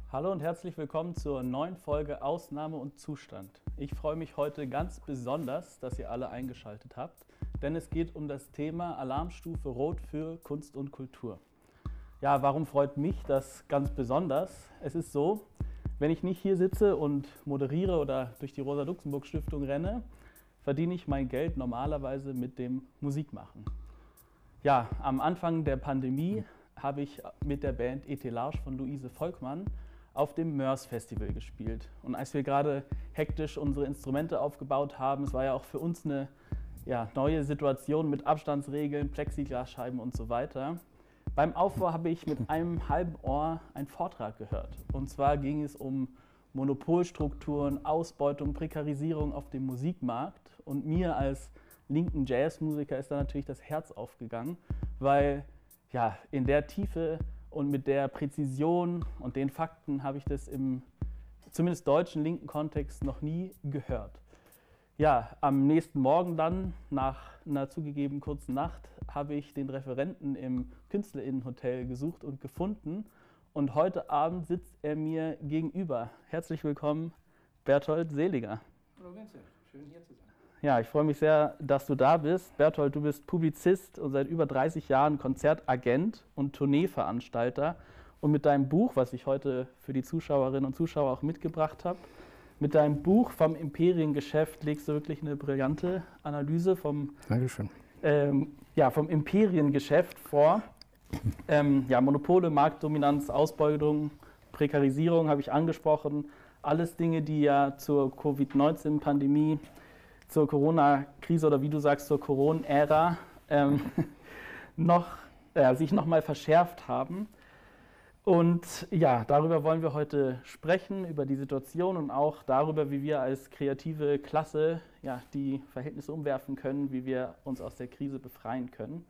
Hallo und herzlich willkommen zur neuen Folge Ausnahme und Zustand. Ich freue mich heute ganz besonders, dass ihr alle eingeschaltet habt, denn es geht um das Thema Alarmstufe Rot für Kunst und Kultur. Ja, warum freut mich das ganz besonders? Es ist so, wenn ich nicht hier sitze und moderiere oder durch die Rosa-Luxemburg-Stiftung renne, verdiene ich mein Geld normalerweise mit dem Musikmachen. Ja, am Anfang der Pandemie habe ich mit der Band Etelage von Luise Volkmann auf dem Mörs Festival gespielt. Und als wir gerade hektisch unsere Instrumente aufgebaut haben, es war ja auch für uns eine neue Situation mit Abstandsregeln, Plexiglasscheiben und so weiter. Beim Aufbau habe ich mit einem halben Ohr einen Vortrag gehört. Und zwar ging es um Monopolstrukturen, Ausbeutung, Prekarisierung auf dem Musikmarkt. Und mir als linken Jazzmusiker ist da natürlich das Herz aufgegangen, weil ja, in der Tiefe und mit der Präzision und den Fakten habe ich das im zumindest deutschen linken Kontext noch nie gehört. Ja, am nächsten Morgen dann, nach einer zugegeben kurzen Nacht, habe ich den Referenten im KünstlerInnenhotel gesucht und gefunden. Und heute Abend sitzt er mir gegenüber. Herzlich willkommen, Berthold Seliger. Hallo Vincent, schön hier zu sein. Ja, ich freue mich sehr, dass du da bist. Berthold, du bist Publizist und seit über 30 Jahren Konzertagent und Tourneeveranstalter. Und mit deinem Buch, was ich heute für die Zuschauerinnen und Zuschauer auch mitgebracht habe, mit deinem Buch vom Imperiengeschäft legst du wirklich eine brillante Analyse vom Imperiengeschäft vor. Monopole, Marktdominanz, Ausbeutung, Prekarisierung habe ich angesprochen. Alles Dinge, die ja zur Covid-19-Pandemie, zur Corona-Krise oder wie du sagst, zur Corona-Ära sich nochmal verschärft haben. Und ja, darüber wollen wir heute sprechen, über die Situation und auch darüber, wie wir als kreative Klasse die Verhältnisse umwerfen können, wie wir uns aus der Krise befreien können.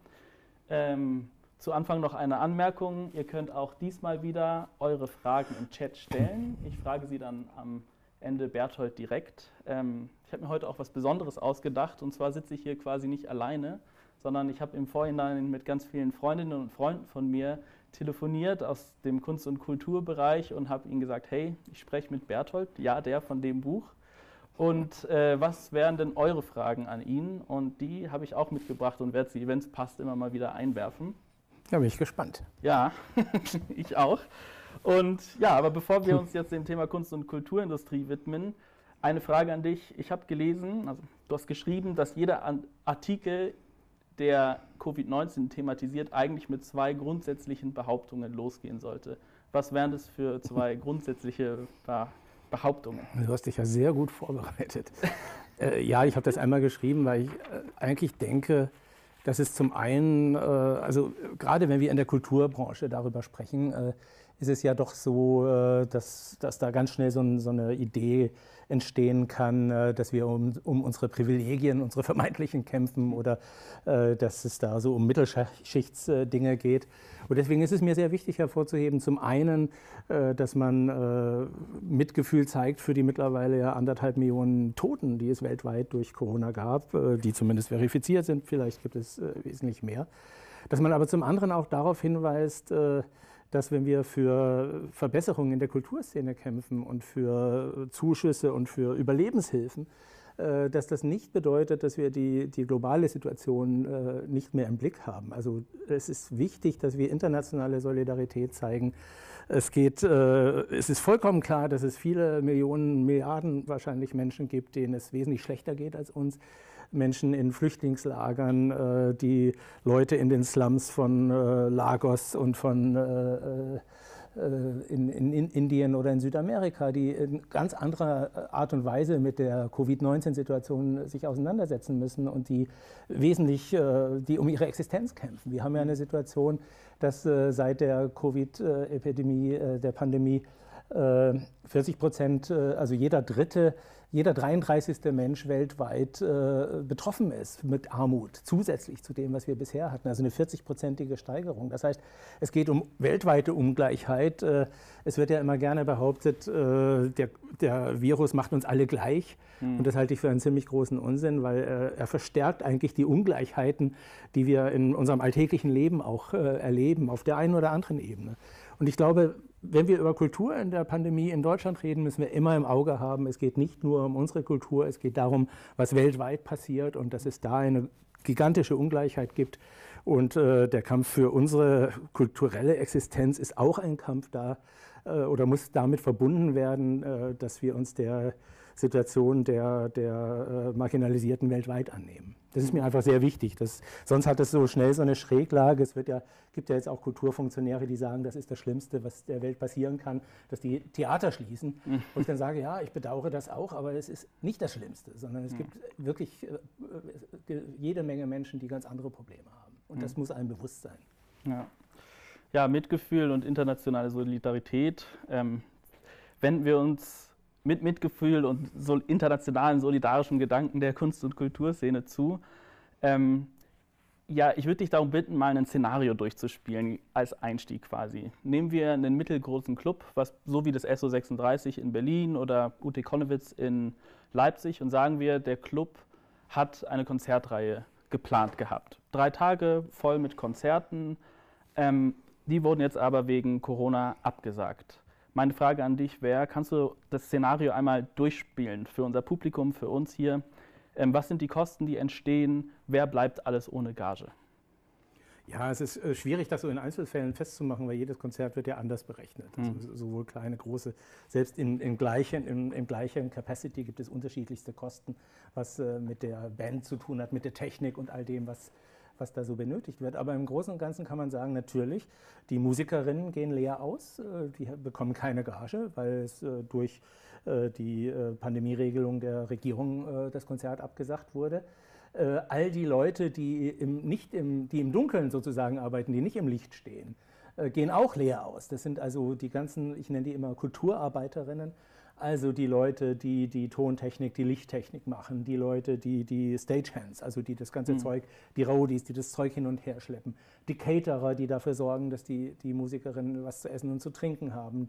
Zu Anfang noch eine Anmerkung. Ihr könnt auch diesmal wieder eure Fragen im Chat stellen. Ich frage sie dann am Ende Berthold direkt. Ich habe mir heute auch was Besonderes ausgedacht, und zwar sitze ich hier quasi nicht alleine, sondern ich habe im Vorhinein mit ganz vielen Freundinnen und Freunden von mir telefoniert aus dem Kunst- und Kulturbereich und habe ihnen gesagt, hey, ich spreche mit Berthold, ja, der von dem Buch. Und was wären denn eure Fragen an ihn? Und die habe ich auch mitgebracht und werde sie, wenn es passt, immer mal wieder einwerfen. Ja, bin ich gespannt. Ja, ich auch. Und ja, aber bevor wir uns jetzt dem Thema Kunst- und Kulturindustrie widmen, eine Frage an dich. Ich habe gelesen, also du hast geschrieben, dass jeder Artikel, der Covid-19 thematisiert, eigentlich mit zwei grundsätzlichen Behauptungen losgehen sollte. Was wären das für zwei grundsätzliche Behauptungen? Du hast dich ja sehr gut vorbereitet. Ja, ich habe das einmal geschrieben, weil ich eigentlich denke, dass es zum einen, also gerade wenn wir in der Kulturbranche darüber sprechen, ist es ja doch so, dass da ganz schnell so eine Idee entstehen kann, dass wir um unsere Privilegien, unsere vermeintlichen kämpfen oder dass es da so um Mittelschichtsdinge geht. Und deswegen ist es mir sehr wichtig hervorzuheben, zum einen, dass man Mitgefühl zeigt für die mittlerweile ja 1,5 Millionen Toten, die es weltweit durch Corona gab, die zumindest verifiziert sind, vielleicht gibt es wesentlich mehr. Dass man aber zum anderen auch darauf hinweist, dass wenn wir für Verbesserungen in der Kulturszene kämpfen und für Zuschüsse und für Überlebenshilfen, dass das nicht bedeutet, dass wir die globale Situation nicht mehr im Blick haben. Also es ist wichtig, dass wir internationale Solidarität zeigen. Es ist vollkommen klar, dass es viele Millionen, Milliarden wahrscheinlich Menschen gibt, denen es wesentlich schlechter geht als uns. Menschen in Flüchtlingslagern, die Leute in den Slums von Lagos und von in Indien oder in Südamerika, die in ganz anderer Art und Weise mit der Covid-19-Situation sich auseinandersetzen müssen und die um ihre Existenz kämpfen. Wir haben ja eine Situation, dass seit der Covid-Epidemie, der Pandemie, 40%, also jeder 33. Mensch weltweit betroffen ist mit Armut, zusätzlich zu dem, was wir bisher hatten. Also eine 40-prozentige Steigerung. Das heißt, es geht um weltweite Ungleichheit. Es wird ja immer gerne behauptet, der Virus macht uns alle gleich. Und das halte ich für einen ziemlich großen Unsinn, weil er verstärkt eigentlich die Ungleichheiten, die wir in unserem alltäglichen Leben auch erleben, auf der einen oder anderen Ebene. Und ich glaube, wenn wir über Kultur in der Pandemie in Deutschland reden, müssen wir immer im Auge haben, es geht nicht nur um unsere Kultur, es geht darum, was weltweit passiert und dass es da eine gigantische Ungleichheit gibt. Und der Kampf für unsere kulturelle Existenz ist auch ein Kampf da oder muss damit verbunden werden, dass wir uns der Situation der Marginalisierten weltweit annehmen. Das ist mir einfach sehr wichtig. Sonst hat es so schnell so eine Schräglage. Gibt ja jetzt auch Kulturfunktionäre, die sagen, das ist das Schlimmste, was der Welt passieren kann, dass die Theater schließen. Und ich dann sage, ja, ich bedauere das auch, aber es ist nicht das Schlimmste, sondern es gibt wirklich jede Menge Menschen, die ganz andere Probleme haben. Und das muss einem bewusst sein. Ja, ja, Mitgefühl und internationale Solidarität. Wenden wir uns mit Mitgefühl und internationalen solidarischen Gedanken der Kunst- und Kulturszene zu. Ja, ich würde dich darum bitten, mal ein Szenario durchzuspielen als Einstieg quasi. Nehmen wir einen mittelgroßen Club, so wie das SO36 in Berlin oder UT Konnewitz in Leipzig, und sagen wir, der Club hat eine Konzertreihe geplant gehabt. 3 Tage voll mit Konzerten, die wurden jetzt aber wegen Corona abgesagt. Meine Frage an dich wäre, kannst du das Szenario einmal durchspielen für unser Publikum, für uns hier? Was sind die Kosten, die entstehen? Wer bleibt alles ohne Gage? Ja, es ist schwierig, das so in Einzelfällen festzumachen, weil jedes Konzert wird ja anders berechnet. Also sowohl kleine, große, selbst im gleichen Capacity gibt es unterschiedlichste Kosten, was mit der Band zu tun hat, mit der Technik und all dem, was da so benötigt wird. Aber im Großen und Ganzen kann man sagen, natürlich, die Musikerinnen gehen leer aus, die bekommen keine Gage, weil es durch die Pandemieregelung der Regierung das Konzert abgesagt wurde. All die Leute, die im Dunkeln sozusagen arbeiten, die nicht im Licht stehen, gehen auch leer aus. Das sind also die ganzen, ich nenne die immer Kulturarbeiterinnen, also die Leute, die die Tontechnik, die Lichttechnik machen, die Leute, die Stagehands, also die das ganze Zeug, die Roadies, die das Zeug hin und her schleppen, die Caterer, die dafür sorgen, dass die Musikerinnen was zu essen und zu trinken haben,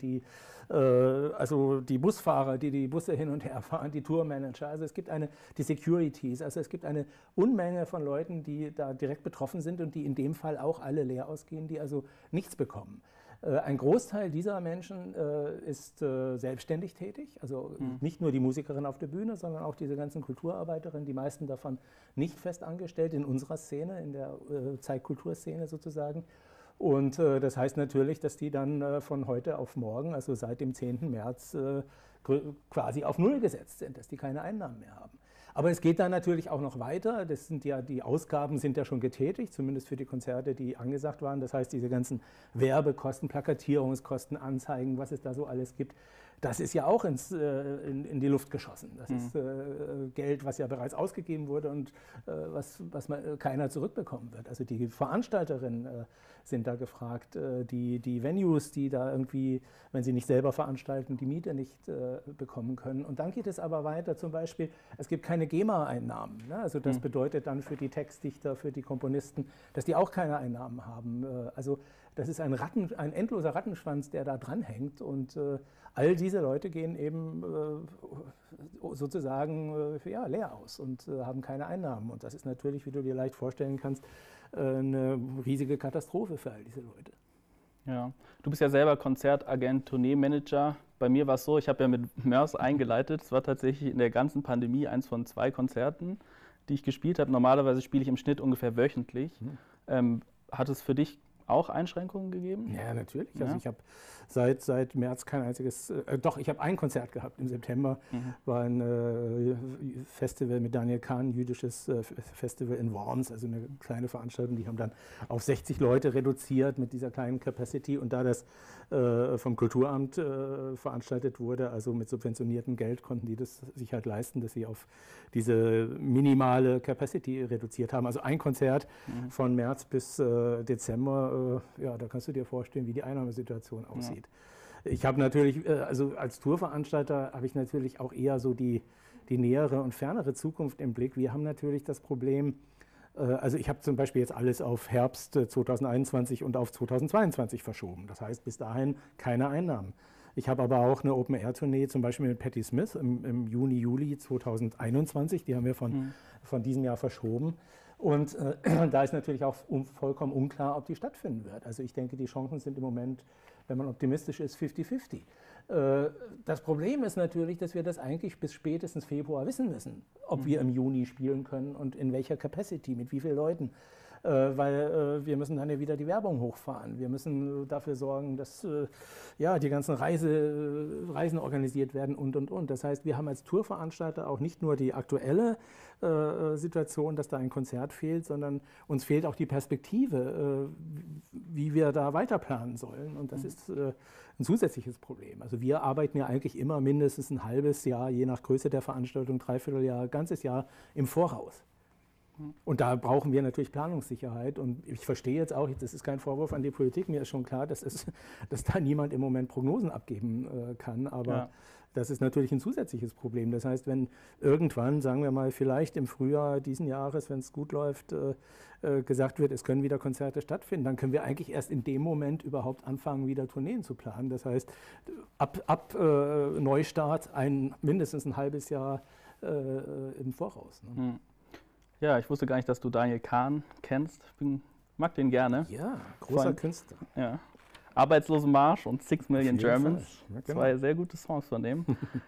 also die Busfahrer, die die Busse hin und her fahren, die Tourmanager, also es gibt die Securities, also es gibt eine Unmenge von Leuten, die da direkt betroffen sind und die in dem Fall auch alle leer ausgehen, die also nichts bekommen. Ein Großteil dieser Menschen ist selbstständig tätig, also nicht nur die Musikerin auf der Bühne, sondern auch diese ganzen Kulturarbeiterinnen, die meisten davon nicht fest angestellt in unserer Szene, in der Zeitkulturszene sozusagen. Und das heißt natürlich, dass die dann von heute auf morgen, also seit dem 10. März, quasi auf Null gesetzt sind, dass die keine Einnahmen mehr haben. Aber es geht dann natürlich auch noch weiter. Die Ausgaben sind ja schon getätigt, zumindest für die Konzerte, die angesagt waren. Das heißt, diese ganzen Werbekosten, Plakatierungskosten, Anzeigen, was es da so alles gibt, das ist ja auch in die Luft geschossen. Das ist Geld, was ja bereits ausgegeben wurde und was keiner zurückbekommen wird. Also die Veranstalterinnen sind da gefragt, die Venues, die da irgendwie, wenn sie nicht selber veranstalten, die Miete nicht bekommen können. Und dann geht es aber weiter, zum Beispiel, es gibt keine GEMA-Einnahmen. Ne? Also das bedeutet dann für die Textdichter, für die Komponisten, dass die auch keine Einnahmen haben. Also das ist ein endloser Rattenschwanz, der da dranhängt. Und all diese Leute gehen eben sozusagen leer aus und haben keine Einnahmen. Und das ist natürlich, wie du dir leicht vorstellen kannst, eine riesige Katastrophe für all diese Leute. Ja, du bist ja selber Konzertagent, Tourneemanager. Bei mir war es so, ich habe ja mit Mörs eingeleitet. Es war tatsächlich in der ganzen Pandemie eins von 2 Konzerten, die ich gespielt habe. Normalerweise spiele ich im Schnitt ungefähr wöchentlich. Hat es für dich auch Einschränkungen gegeben? Ja, natürlich. Ja. Also ich habe seit März kein einziges, ich habe ein Konzert gehabt im September, war ein Festival mit Daniel Kahn, ein jüdisches Festival in Worms, also eine kleine Veranstaltung, die haben dann auf 60 Leute reduziert mit dieser kleinen Capacity und da das vom Kulturamt veranstaltet wurde, also mit subventioniertem Geld, konnten die das sich halt leisten, dass sie auf diese minimale Capacity reduziert haben. Also ein Konzert von März bis Dezember, da kannst du dir vorstellen, wie die Einnahmesituation aussieht. Ja. Ich habe natürlich, also als Tourveranstalter habe ich natürlich auch eher so die nähere und fernere Zukunft im Blick. Wir haben natürlich das Problem, also ich habe zum Beispiel jetzt alles auf Herbst 2021 und auf 2022 verschoben. Das heißt, bis dahin keine Einnahmen. Ich habe aber auch eine Open-Air-Tournee, zum Beispiel mit Patti Smith im Juni, Juli 2021. Die haben wir von diesem Jahr verschoben. Und da ist natürlich auch vollkommen unklar, ob die stattfinden wird. Also ich denke, die Chancen sind im Moment, wenn man optimistisch ist, 50-50. Das Problem ist natürlich, dass wir das eigentlich bis spätestens Februar wissen müssen, ob wir im Juni spielen können und in welcher Capacity, mit wie vielen Leuten. Weil wir müssen dann ja wieder die Werbung hochfahren. Wir müssen dafür sorgen, dass die ganzen Reisen organisiert werden und. Das heißt, wir haben als Tourveranstalter auch nicht nur die aktuelle Situation, dass da ein Konzert fehlt, sondern uns fehlt auch die Perspektive, wie wir da weiter planen sollen. Und das ist ein zusätzliches Problem. Also wir arbeiten ja eigentlich immer mindestens ein halbes Jahr, je nach Größe der Veranstaltung, Dreivierteljahr, ganzes Jahr im Voraus. Und da brauchen wir natürlich Planungssicherheit. Und ich verstehe jetzt auch, das ist kein Vorwurf an die Politik, mir ist schon klar, dass da niemand im Moment Prognosen abgeben kann. Aber das ist natürlich ein zusätzliches Problem. Das heißt, wenn irgendwann, sagen wir mal, vielleicht im Frühjahr diesen Jahres, wenn es gut läuft, gesagt wird, es können wieder Konzerte stattfinden, dann können wir eigentlich erst in dem Moment überhaupt anfangen, wieder Tourneen zu planen. Das heißt, ab Neustart mindestens ein halbes Jahr im Voraus. Ne? Ja, ich wusste gar nicht, dass du Daniel Kahn kennst. Ich mag den gerne. Ja, großer Künstler. Ja. Arbeitslosenmarsch und 6 Million Germans. Ja, genau. Zwei sehr gute Songs von dem.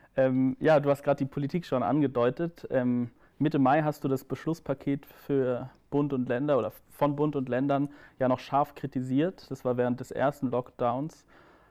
Du hast gerade die Politik schon angedeutet. Mitte Mai hast du das Beschlusspaket für Bund und Länder oder von Bund und Ländern ja noch scharf kritisiert. Das war während des ersten Lockdowns.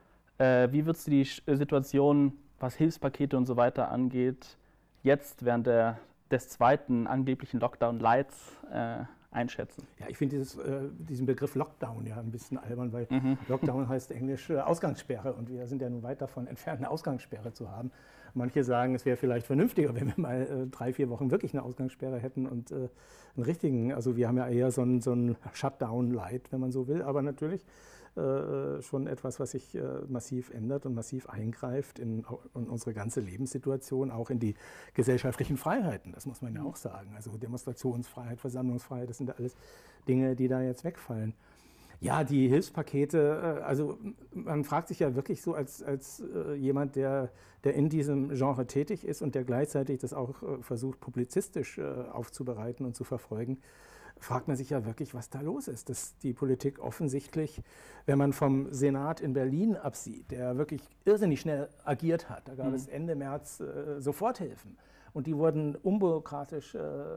Wie würdest du die Situation, was Hilfspakete und so weiter angeht, jetzt während des zweiten angeblichen Lockdown-Lights einschätzen? Ja, ich finde diesen Begriff Lockdown ja ein bisschen albern, weil Lockdown heißt Englisch Ausgangssperre und wir sind ja nun weit davon entfernt, eine Ausgangssperre zu haben. Manche sagen, es wäre vielleicht vernünftiger, wenn wir mal 3-4 Wochen wirklich eine Ausgangssperre hätten und einen richtigen, also wir haben ja eher so ein Shutdown-Light, wenn man so will, aber natürlich schon etwas, was sich massiv ändert und massiv eingreift in unsere ganze Lebenssituation, auch in die gesellschaftlichen Freiheiten, das muss man ja auch sagen. Also Demonstrationsfreiheit, Versammlungsfreiheit, das sind ja alles Dinge, die da jetzt wegfallen. Ja, die Hilfspakete, also man fragt sich ja wirklich so als jemand, der in diesem Genre tätig ist und der gleichzeitig das auch versucht, publizistisch aufzubereiten und zu verfolgen, fragt man sich ja wirklich, was da los ist. Dass die Politik offensichtlich, wenn man vom Senat in Berlin absieht, der wirklich irrsinnig schnell agiert hat, da gab es Ende März Soforthilfen und die wurden unbürokratisch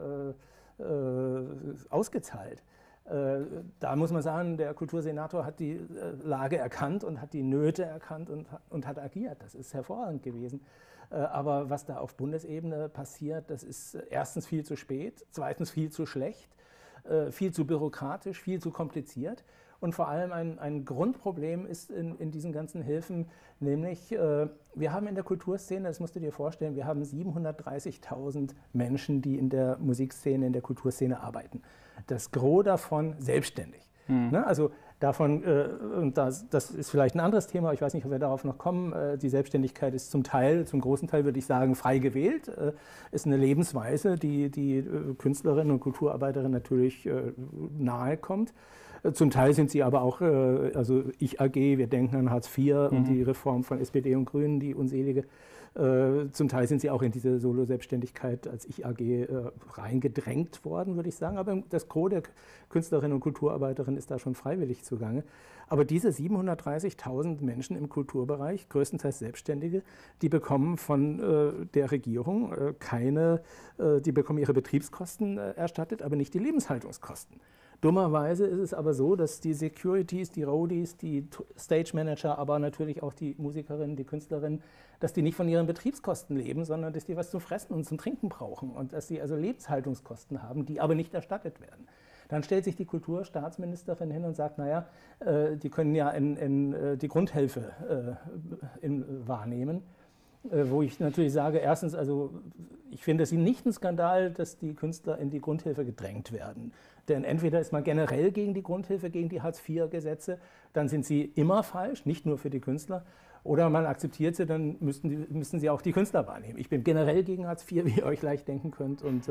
ausgezahlt. Da muss man sagen, der Kultursenator hat die Lage erkannt und hat die Nöte erkannt und hat agiert. Das ist hervorragend gewesen. Aber was da auf Bundesebene passiert, das ist erstens viel zu spät, zweitens viel zu schlecht, viel zu bürokratisch, viel zu kompliziert. Und vor allem ein Grundproblem ist in diesen ganzen Hilfen, nämlich wir haben in der Kulturszene, das musst du dir vorstellen, wir haben 730.000 Menschen, die in der Musikszene, in der Kulturszene arbeiten. Das Gros davon selbstständig. Ne? Also davon, und das ist vielleicht ein anderes Thema, ich weiß nicht, ob wir darauf noch kommen, die Selbstständigkeit ist zum großen Teil würde ich sagen, frei gewählt, ist eine Lebensweise, die Künstlerinnen und Kulturarbeiterinnen natürlich nahe kommt. Zum Teil sind sie aber auch, also Ich AG, wir denken an Hartz IV und die Reform von SPD und Grünen, die unselige. Zum Teil sind sie auch in diese Solo-Selbstständigkeit als Ich AG reingedrängt worden, würde ich sagen. Aber das Gros der Künstlerinnen und Kulturarbeiterinnen ist da schon freiwillig zugange. Aber diese 730.000 Menschen im Kulturbereich, größtenteils Selbstständige, die bekommen von der Regierung die bekommen ihre Betriebskosten erstattet, aber nicht die Lebenshaltungskosten. Dummerweise ist es aber so, dass die Securities, die Roadies, die Stage Manager, aber natürlich auch die Musikerinnen, die Künstlerinnen, dass die nicht von ihren Betriebskosten leben, sondern dass die was zum Fressen und zum Trinken brauchen und dass sie also Lebenshaltungskosten haben, die aber nicht erstattet werden. Dann stellt sich die Kulturstaatsministerin hin und sagt, naja, die können ja die Grundhilfe wahrnehmen. Wo ich natürlich sage, erstens, also ich finde es nicht ein Skandal, dass die Künstler in die Grundhilfe gedrängt werden. Denn entweder ist man generell gegen die Grundhilfe, gegen die Hartz-IV-Gesetze, dann sind sie immer falsch, nicht nur für die Künstler. Oder man akzeptiert sie, dann müssen sie auch die Künstler wahrnehmen. Ich bin generell gegen Hartz IV, wie ihr euch leicht denken könnt. Und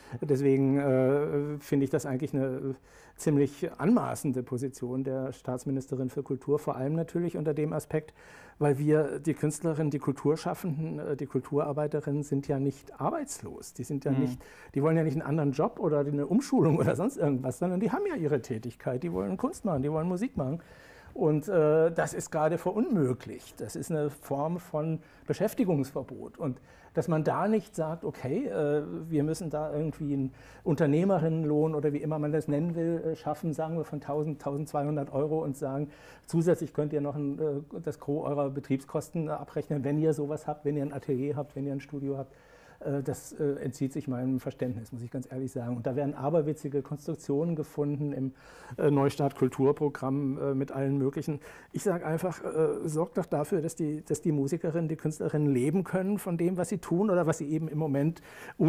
deswegen finde ich das eigentlich eine ziemlich anmaßende Position der Staatsministerin für Kultur, vor allem natürlich unter dem Aspekt, weil wir, die Künstlerinnen, die Kulturschaffenden, die Kulturarbeiterinnen sind ja nicht arbeitslos. Die sind ja nicht, die wollen ja nicht einen anderen Job oder eine Umschulung oder sonst irgendwas, sondern die haben ja ihre Tätigkeit. Die wollen Kunst machen, die wollen Musik machen. Und das ist gerade verunmöglicht. Das ist eine Form von Beschäftigungsverbot. Und dass man da nicht sagt, okay, wir müssen da irgendwie einen Unternehmerinnenlohn oder wie immer man das nennen will, schaffen, sagen wir von 1.000, 1.200 Euro und sagen, zusätzlich könnt ihr noch das Gros eurer Betriebskosten abrechnen, wenn ihr sowas habt, wenn ihr ein Atelier habt, wenn ihr ein Studio habt. Das entzieht sich meinem Verständnis, muss ich ganz ehrlich sagen. Und da werden aberwitzige Konstruktionen gefunden im Neustart Kulturprogramm mit allen möglichen. Ich sage einfach, sorgt doch dafür, dass die Musikerinnen, die Künstlerinnen leben können von dem, was sie tun oder was sie eben im Moment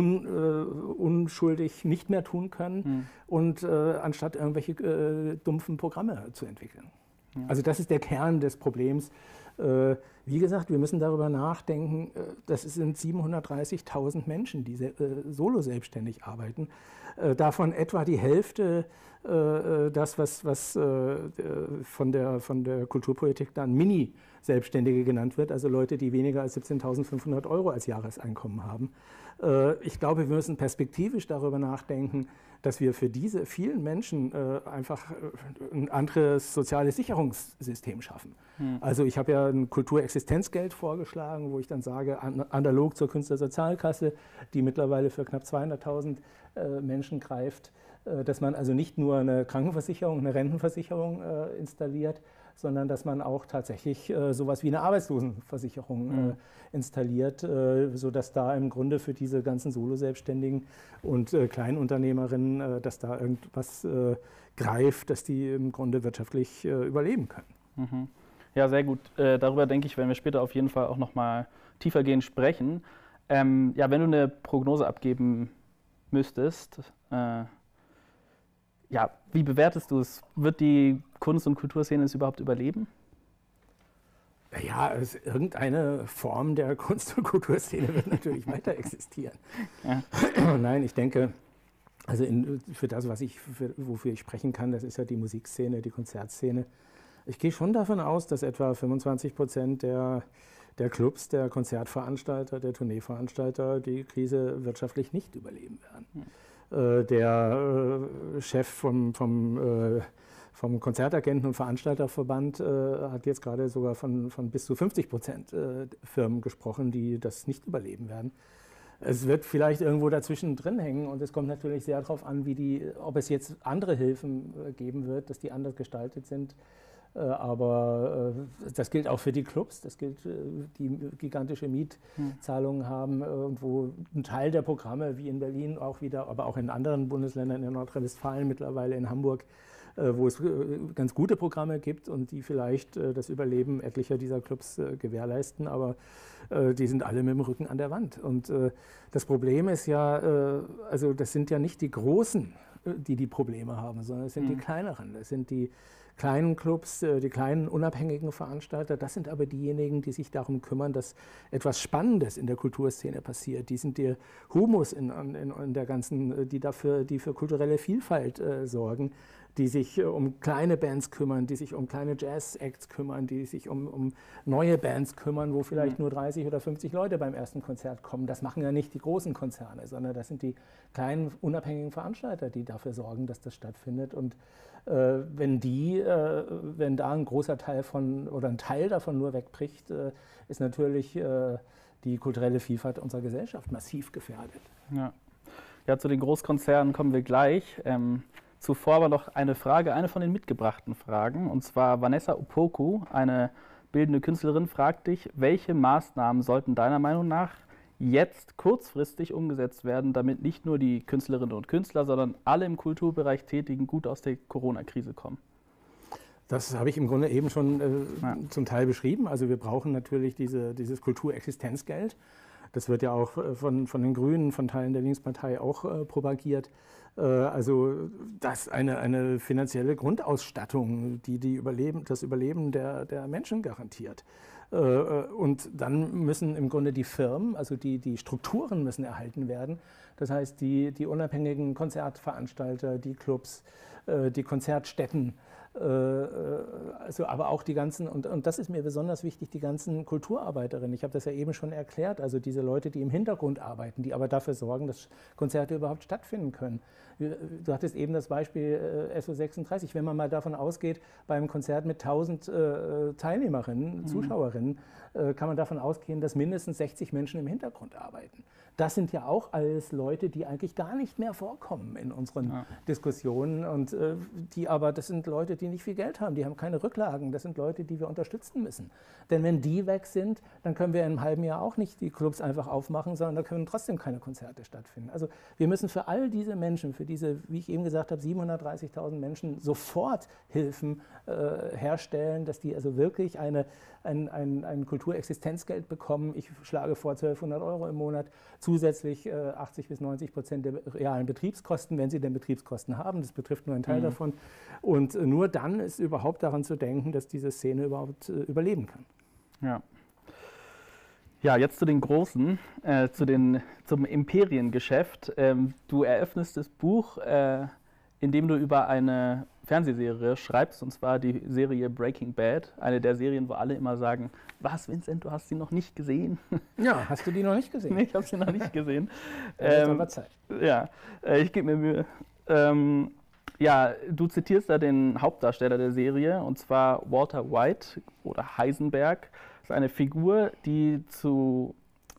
unschuldig nicht mehr tun können und anstatt irgendwelche dumpfen Programme zu entwickeln. Ja. Also das ist der Kern des Problems. Wie gesagt, wir müssen darüber nachdenken, das sind 730.000 Menschen, die solo selbstständig arbeiten. Davon etwa die Hälfte das, was von der Kulturpolitik dann Mini-Selbstständige genannt wird, also Leute, die weniger als 17.500 Euro als Jahreseinkommen haben. Ich glaube, wir müssen perspektivisch darüber nachdenken, dass wir für diese vielen Menschen einfach ein anderes soziales Sicherungssystem schaffen. Also ich habe ja ein Kulturexistenzgeld vorgeschlagen, wo ich dann sage, analog zur Künstlersozialkasse, die mittlerweile für knapp 200.000 Menschen greift, dass man also nicht nur eine Krankenversicherung, eine Rentenversicherung installiert, sondern dass man auch tatsächlich sowas wie eine Arbeitslosenversicherung installiert, sodass da im Grunde für diese ganzen Solo-Selbstständigen und Kleinunternehmerinnen, dass da irgendwas greift, dass die im Grunde wirtschaftlich überleben können. Ja, sehr gut. Darüber denke ich, werden wir später auf jeden Fall auch noch mal tiefergehend sprechen. Ja, wenn du eine Prognose abgeben müsstest, ja, wie bewertest du es? Wird die Kunst- und Kulturszene es überhaupt überleben? Ja, irgendeine Form der Kunst- und Kulturszene wird natürlich weiter existieren. Ja. Nein, ich denke, also für das, wofür ich sprechen kann, das ist ja die Musikszene, die Konzertszene. Ich gehe schon davon aus, dass etwa 25% der Clubs, der Konzertveranstalter, der Tourneeveranstalter die Krise wirtschaftlich nicht überleben werden. Der Chef vom Konzertagenten- und Veranstalterverband hat jetzt gerade sogar von bis zu 50% Firmen gesprochen, die das nicht überleben werden. Es wird vielleicht irgendwo dazwischen drin hängen und es kommt natürlich sehr darauf an, ob es jetzt andere Hilfen geben wird, dass die anders gestaltet sind. Aber das gilt auch für die Clubs, das gilt, die gigantische Mietzahlungen haben und wo ein Teil der Programme, wie in Berlin auch wieder, aber auch in anderen Bundesländern, in Nordrhein-Westfalen mittlerweile, in Hamburg, wo es ganz gute Programme gibt und die vielleicht das Überleben etlicher dieser Clubs gewährleisten, aber die sind alle mit dem Rücken an der Wand. Und das Problem ist ja, also das sind ja nicht die Großen, die Probleme haben, sondern es sind die kleineren, das sind die kleinen Clubs, die kleinen unabhängigen Veranstalter, das sind aber diejenigen, die sich darum kümmern, dass etwas Spannendes in der Kulturszene passiert. Die sind der Humus in der ganzen, die für kulturelle Vielfalt sorgen, die sich um kleine Bands kümmern, die sich um kleine Jazz-Acts kümmern, die sich um neue Bands kümmern, wo vielleicht nur 30 oder 50 Leute beim ersten Konzert kommen. Das machen ja nicht die großen Konzerne, sondern das sind die kleinen unabhängigen Veranstalter, die dafür sorgen, dass das stattfindet. Und wenn da ein großer Teil oder ein Teil davon nur wegbricht, ist natürlich die kulturelle Vielfalt unserer Gesellschaft massiv gefährdet. Ja, zu den Großkonzernen kommen wir gleich. Zuvor aber noch eine Frage, eine von den mitgebrachten Fragen. Und zwar Vanessa Opoku, eine bildende Künstlerin, fragt dich, welche Maßnahmen sollten deiner Meinung nach jetzt kurzfristig umgesetzt werden, damit nicht nur die Künstlerinnen und Künstler, sondern alle im Kulturbereich Tätigen gut aus der Corona-Krise kommen? Das habe ich im Grunde eben schon zum Teil beschrieben. Also wir brauchen natürlich dieses Kulturexistenzgeld. Das wird ja auch von den Grünen, von Teilen der Linkspartei auch propagiert. Also das eine finanzielle Grundausstattung, die das Überleben der Menschen garantiert. Und dann müssen im Grunde die Firmen, also die Strukturen müssen erhalten werden. Das heißt, die unabhängigen Konzertveranstalter, die Clubs, die Konzertstätten, also aber auch die ganzen, und das ist mir besonders wichtig, die ganzen Kulturarbeiterinnen. Ich habe das ja eben schon erklärt, also diese Leute, die im Hintergrund arbeiten, die aber dafür sorgen, dass Konzerte überhaupt stattfinden können. Du hattest eben das Beispiel SO36. Wenn man mal davon ausgeht, beim Konzert mit 1000 Teilnehmerinnen, Zuschauerinnen, kann man davon ausgehen, dass mindestens 60 Menschen im Hintergrund arbeiten. Das sind ja auch alles Leute, die eigentlich gar nicht mehr vorkommen in unseren Diskussionen. Und das sind Leute, die nicht viel Geld haben, die haben keine Rücklagen. Das sind Leute, die wir unterstützen müssen. Denn wenn die weg sind, dann können wir in einem halben Jahr auch nicht die Clubs einfach aufmachen, sondern da können trotzdem keine Konzerte stattfinden. Also wir müssen für all diese Menschen, für diese, wie ich eben gesagt habe, 730.000 Menschen sofort Hilfen herstellen, dass die also wirklich ein Kulturexistenzgeld bekommen. Ich schlage vor 1.200 € im Monat, zusätzlich 80-90% der realen Betriebskosten, wenn sie denn Betriebskosten haben. Das betrifft nur einen Teil davon. Und nur dann ist überhaupt daran zu denken, dass diese Szene überhaupt überleben kann. Ja. Ja, jetzt zu den Großen, zum Imperiengeschäft. Du eröffnest das Buch, indem du über eine Fernsehserie schreibst, und zwar die Serie Breaking Bad, eine der Serien, wo alle immer sagen, was, Vincent, du hast sie noch nicht gesehen? Ja, hast du die noch nicht gesehen? Nee, ich habe sie noch nicht gesehen. Jetzt haben wir Zeit. Ja, ich gebe mir Mühe. Ja, du zitierst da den Hauptdarsteller der Serie, und zwar Walter White oder Heisenberg. Das ist eine Figur, die zu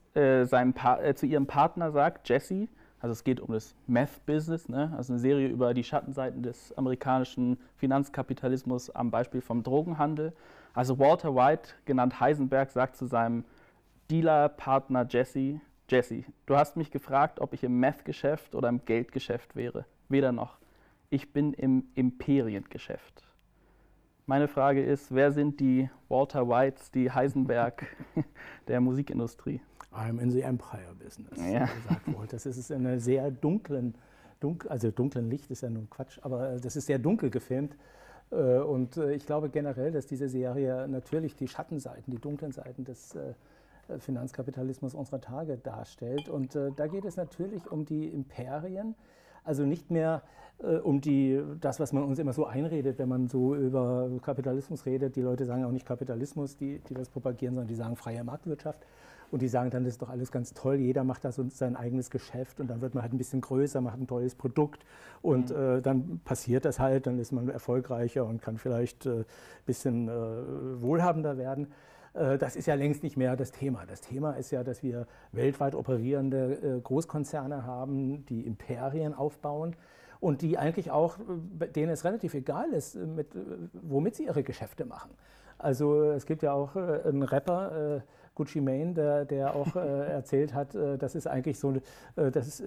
ihrem Partner sagt, Jesse. Also es geht um das Meth-Business, ne? Also eine Serie über die Schattenseiten des amerikanischen Finanzkapitalismus am Beispiel vom Drogenhandel. Also Walter White, genannt Heisenberg, sagt zu seinem Dealer-Partner Jesse, du hast mich gefragt, ob ich im Meth-Geschäft oder im Geldgeschäft wäre. Weder noch. Ich bin im Imperiengeschäft. Meine Frage ist, wer sind die Walter Whites, die Heisenberg der Musikindustrie? I'm in the Empire Business, ja. Gesagt wurde. Das ist in einer sehr dunklen Licht ist ja nun Quatsch, aber das ist sehr dunkel gefilmt. Und ich glaube generell, dass diese Serie natürlich die Schattenseiten, die dunklen Seiten des Finanzkapitalismus unserer Tage darstellt. Und da geht es natürlich um die Imperien, also nicht mehr um das, was man uns immer so einredet, wenn man so über Kapitalismus redet. Die Leute sagen auch nicht Kapitalismus, die das propagieren, sondern die sagen freie Marktwirtschaft. Und die sagen dann, das ist doch alles ganz toll, jeder macht da so sein eigenes Geschäft und dann wird man halt ein bisschen größer, macht ein tolles Produkt und dann passiert das halt, dann ist man erfolgreicher und kann vielleicht ein bisschen wohlhabender werden. Das ist ja längst nicht mehr das Thema. Das Thema ist ja, dass wir weltweit operierende Großkonzerne haben, die Imperien aufbauen und die eigentlich auch, denen es relativ egal ist, womit sie ihre Geschäfte machen. Also es gibt ja auch einen Rapper, Gucci Mane, der auch erzählt hat, dass es eigentlich so, dass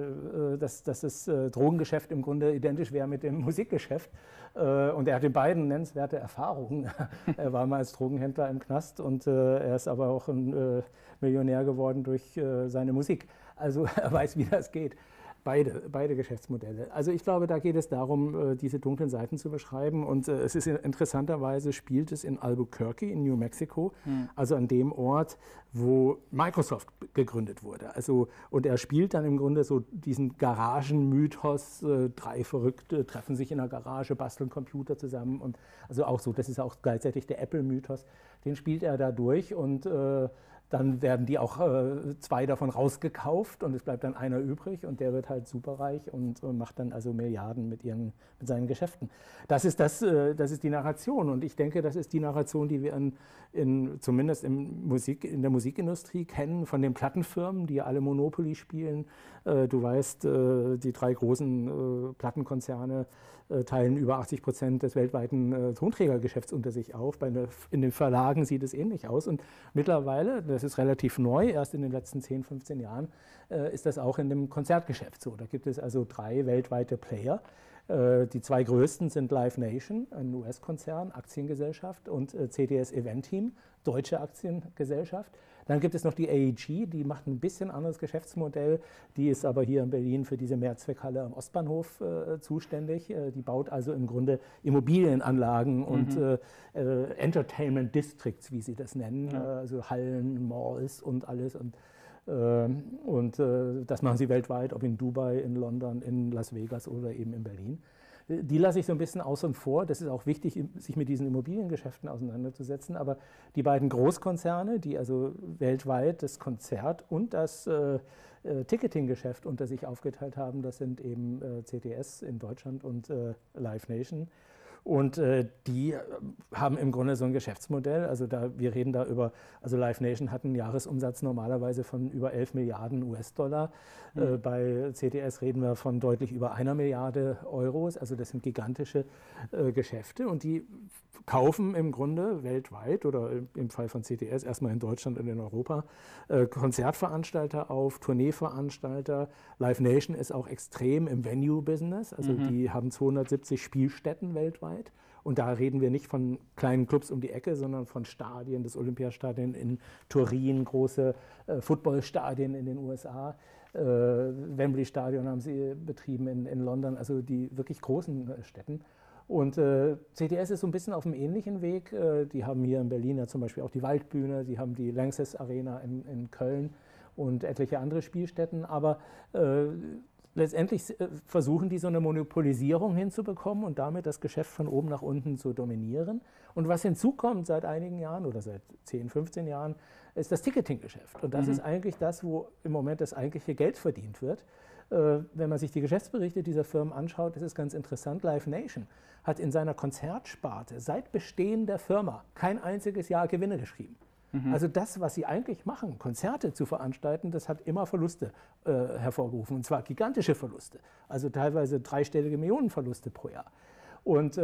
das Drogengeschäft im Grunde identisch wäre mit dem Musikgeschäft. Und er hat in beiden nennenswerte Erfahrungen. Er war mal als Drogenhändler im Knast und er ist aber auch ein Millionär geworden durch seine Musik. Also er weiß, wie das geht. Beide Geschäftsmodelle. Also ich glaube, da geht es darum, diese dunklen Seiten zu beschreiben. Und es ist interessanterweise, spielt es in Albuquerque in New Mexico, also an dem Ort, wo Microsoft gegründet wurde. Also, und er spielt dann im Grunde so diesen Garagenmythos, 3 Verrückte treffen sich in einer Garage, basteln Computer zusammen. Und also auch so, das ist auch gleichzeitig der Apple-Mythos, den spielt er da durch und dann werden die auch 2 davon rausgekauft und es bleibt dann einer übrig und der wird halt superreich und macht dann also Milliarden mit seinen Geschäften. Das ist die Narration und ich denke, das ist die Narration, die wir zumindest in der Musikindustrie kennen, von den Plattenfirmen, die alle Monopoly spielen. Du weißt, die 3 großen Plattenkonzerne teilen über 80% des weltweiten Tonträgergeschäfts unter sich auf. In den Verlagen sieht es ähnlich aus. Und mittlerweile, das ist relativ neu, erst in den letzten 10, 15 Jahren, ist das auch in dem Konzertgeschäft so. Da gibt es also 3 weltweite Player, Die zwei größten sind Live Nation, ein US-Konzern, Aktiengesellschaft, und CTS Event Team, deutsche Aktiengesellschaft. Dann gibt es noch die AEG, die macht ein bisschen anderes Geschäftsmodell. Die ist aber hier in Berlin für diese Mehrzweckhalle am Ostbahnhof zuständig. Die baut also im Grunde Immobilienanlagen und Entertainment Districts, wie sie das nennen, also Hallen, Malls und alles. Und das machen sie weltweit, ob in Dubai, in London, in Las Vegas oder eben in Berlin. Die lasse ich so ein bisschen außen vor. Das ist auch wichtig, sich mit diesen Immobiliengeschäften auseinanderzusetzen. Aber die beiden Großkonzerne, die also weltweit das Konzert und das Ticketing-Geschäft unter sich aufgeteilt haben, das sind eben CTS in Deutschland und Live Nation. Und die haben im Grunde so ein Geschäftsmodell. Also wir reden da über, also Live Nation hat einen Jahresumsatz normalerweise von über 11 Milliarden US-Dollar. Bei CTS reden wir von deutlich über 1 Milliarde Euros. Also das sind gigantische Geschäfte. Und die kaufen im Grunde weltweit oder im Fall von CTS erstmal in Deutschland und in Europa Konzertveranstalter auf, Tourneeveranstalter. Live Nation ist auch extrem im Venue-Business. Also die haben 270 Spielstätten weltweit. Und da reden wir nicht von kleinen Clubs um die Ecke, sondern von Stadien, das Olympiastadion in Turin, große Footballstadien in den USA. Wembley Stadion haben sie betrieben in London, also die wirklich großen Städten. Und CTS ist so ein bisschen auf einem ähnlichen Weg. Die haben hier in Berlin ja zum Beispiel auch die Waldbühne, die haben die Lanxess Arena in Köln und etliche andere Spielstätten. Aber letztendlich versuchen die so eine Monopolisierung hinzubekommen und damit das Geschäft von oben nach unten zu dominieren. Und was hinzukommt seit einigen Jahren oder seit 10, 15 Jahren, ist das Ticketing-Geschäft. Und das ist eigentlich das, wo im Moment das eigentliche Geld verdient wird. Wenn man sich die Geschäftsberichte dieser Firmen anschaut, ist es ganz interessant. Live Nation hat in seiner Konzertsparte seit Bestehen der Firma kein einziges Jahr Gewinne geschrieben. Also das, was sie eigentlich machen, Konzerte zu veranstalten, das hat immer Verluste hervorgerufen, und zwar gigantische Verluste, also teilweise dreistellige Millionenverluste pro Jahr. Und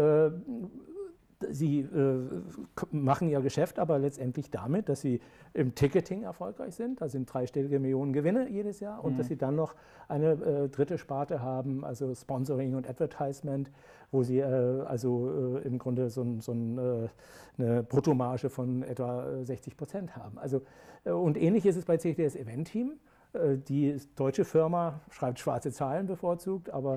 sie machen ihr Geschäft aber letztendlich damit, dass sie im Ticketing erfolgreich sind, da sind dreistellige Millionen Gewinne jedes Jahr, und dass sie dann noch eine dritte Sparte haben, also Sponsoring und Advertisement, wo sie im Grunde eine Bruttomarge von etwa 60% haben. Also, und ähnlich ist es bei CTS Event Team. Die deutsche Firma schreibt schwarze Zahlen bevorzugt, aber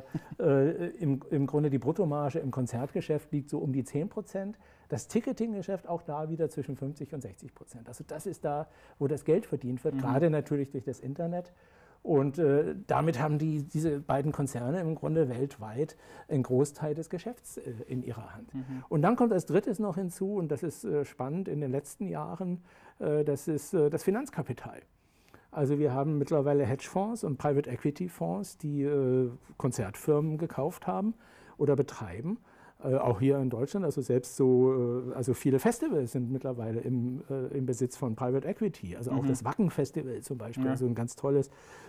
im Grunde die Bruttomarge im Konzertgeschäft liegt so um die 10%. Das Ticketinggeschäft auch da wieder zwischen 50 und 60%. Also das ist da, wo das Geld verdient wird, gerade natürlich durch das Internet. Und damit haben diese beiden Konzerne im Grunde weltweit einen Großteil des Geschäfts in ihrer Hand. Und dann kommt als drittes noch hinzu, und das ist spannend in den letzten Jahren, das ist das Finanzkapital. Also wir haben mittlerweile Hedgefonds und Private Equity Fonds, die Konzertfirmen gekauft haben oder betreiben. Auch hier in Deutschland, also selbst also viele Festivals sind mittlerweile im Besitz von Private Equity. Also auch das Wacken Festival zum Beispiel, also ein ganz tolles,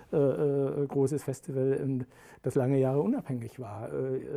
großes Festival, das lange Jahre unabhängig war.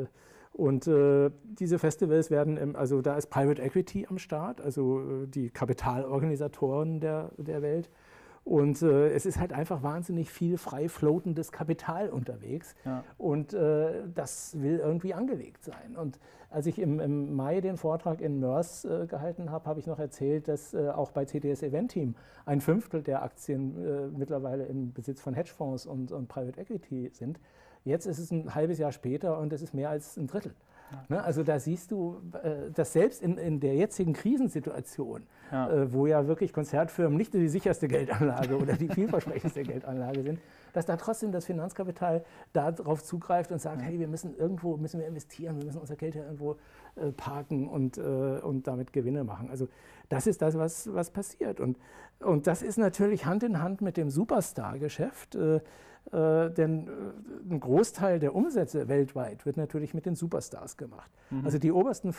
Und diese Festivals werden, also da ist Private Equity am Start, also die Kapitalorganisatoren der Welt. Und es ist halt einfach wahnsinnig viel frei floatendes Kapital unterwegs. Ja. Und das will irgendwie angelegt sein. Und als ich im Mai den Vortrag in Moers gehalten habe, habe ich noch erzählt, dass auch bei CTS Event Team 1/5 der Aktien mittlerweile im Besitz von Hedgefonds und Private Equity sind. Jetzt ist es ein halbes Jahr später und es ist mehr als ein Drittel. Ja. Also da siehst du, dass selbst in der jetzigen Krisensituation, wo ja wirklich Konzertfirmen nicht die sicherste Geldanlage oder die vielversprechendste Geldanlage sind, dass da trotzdem das Finanzkapital darauf zugreift und sagt, hey, wir müssen investieren, wir müssen unser Geld ja irgendwo parken und damit Gewinne machen. Also das ist das, was passiert. Und das ist natürlich Hand in Hand mit dem Superstar-Geschäft. Denn ein Großteil der Umsätze weltweit wird natürlich mit den Superstars gemacht. Also die obersten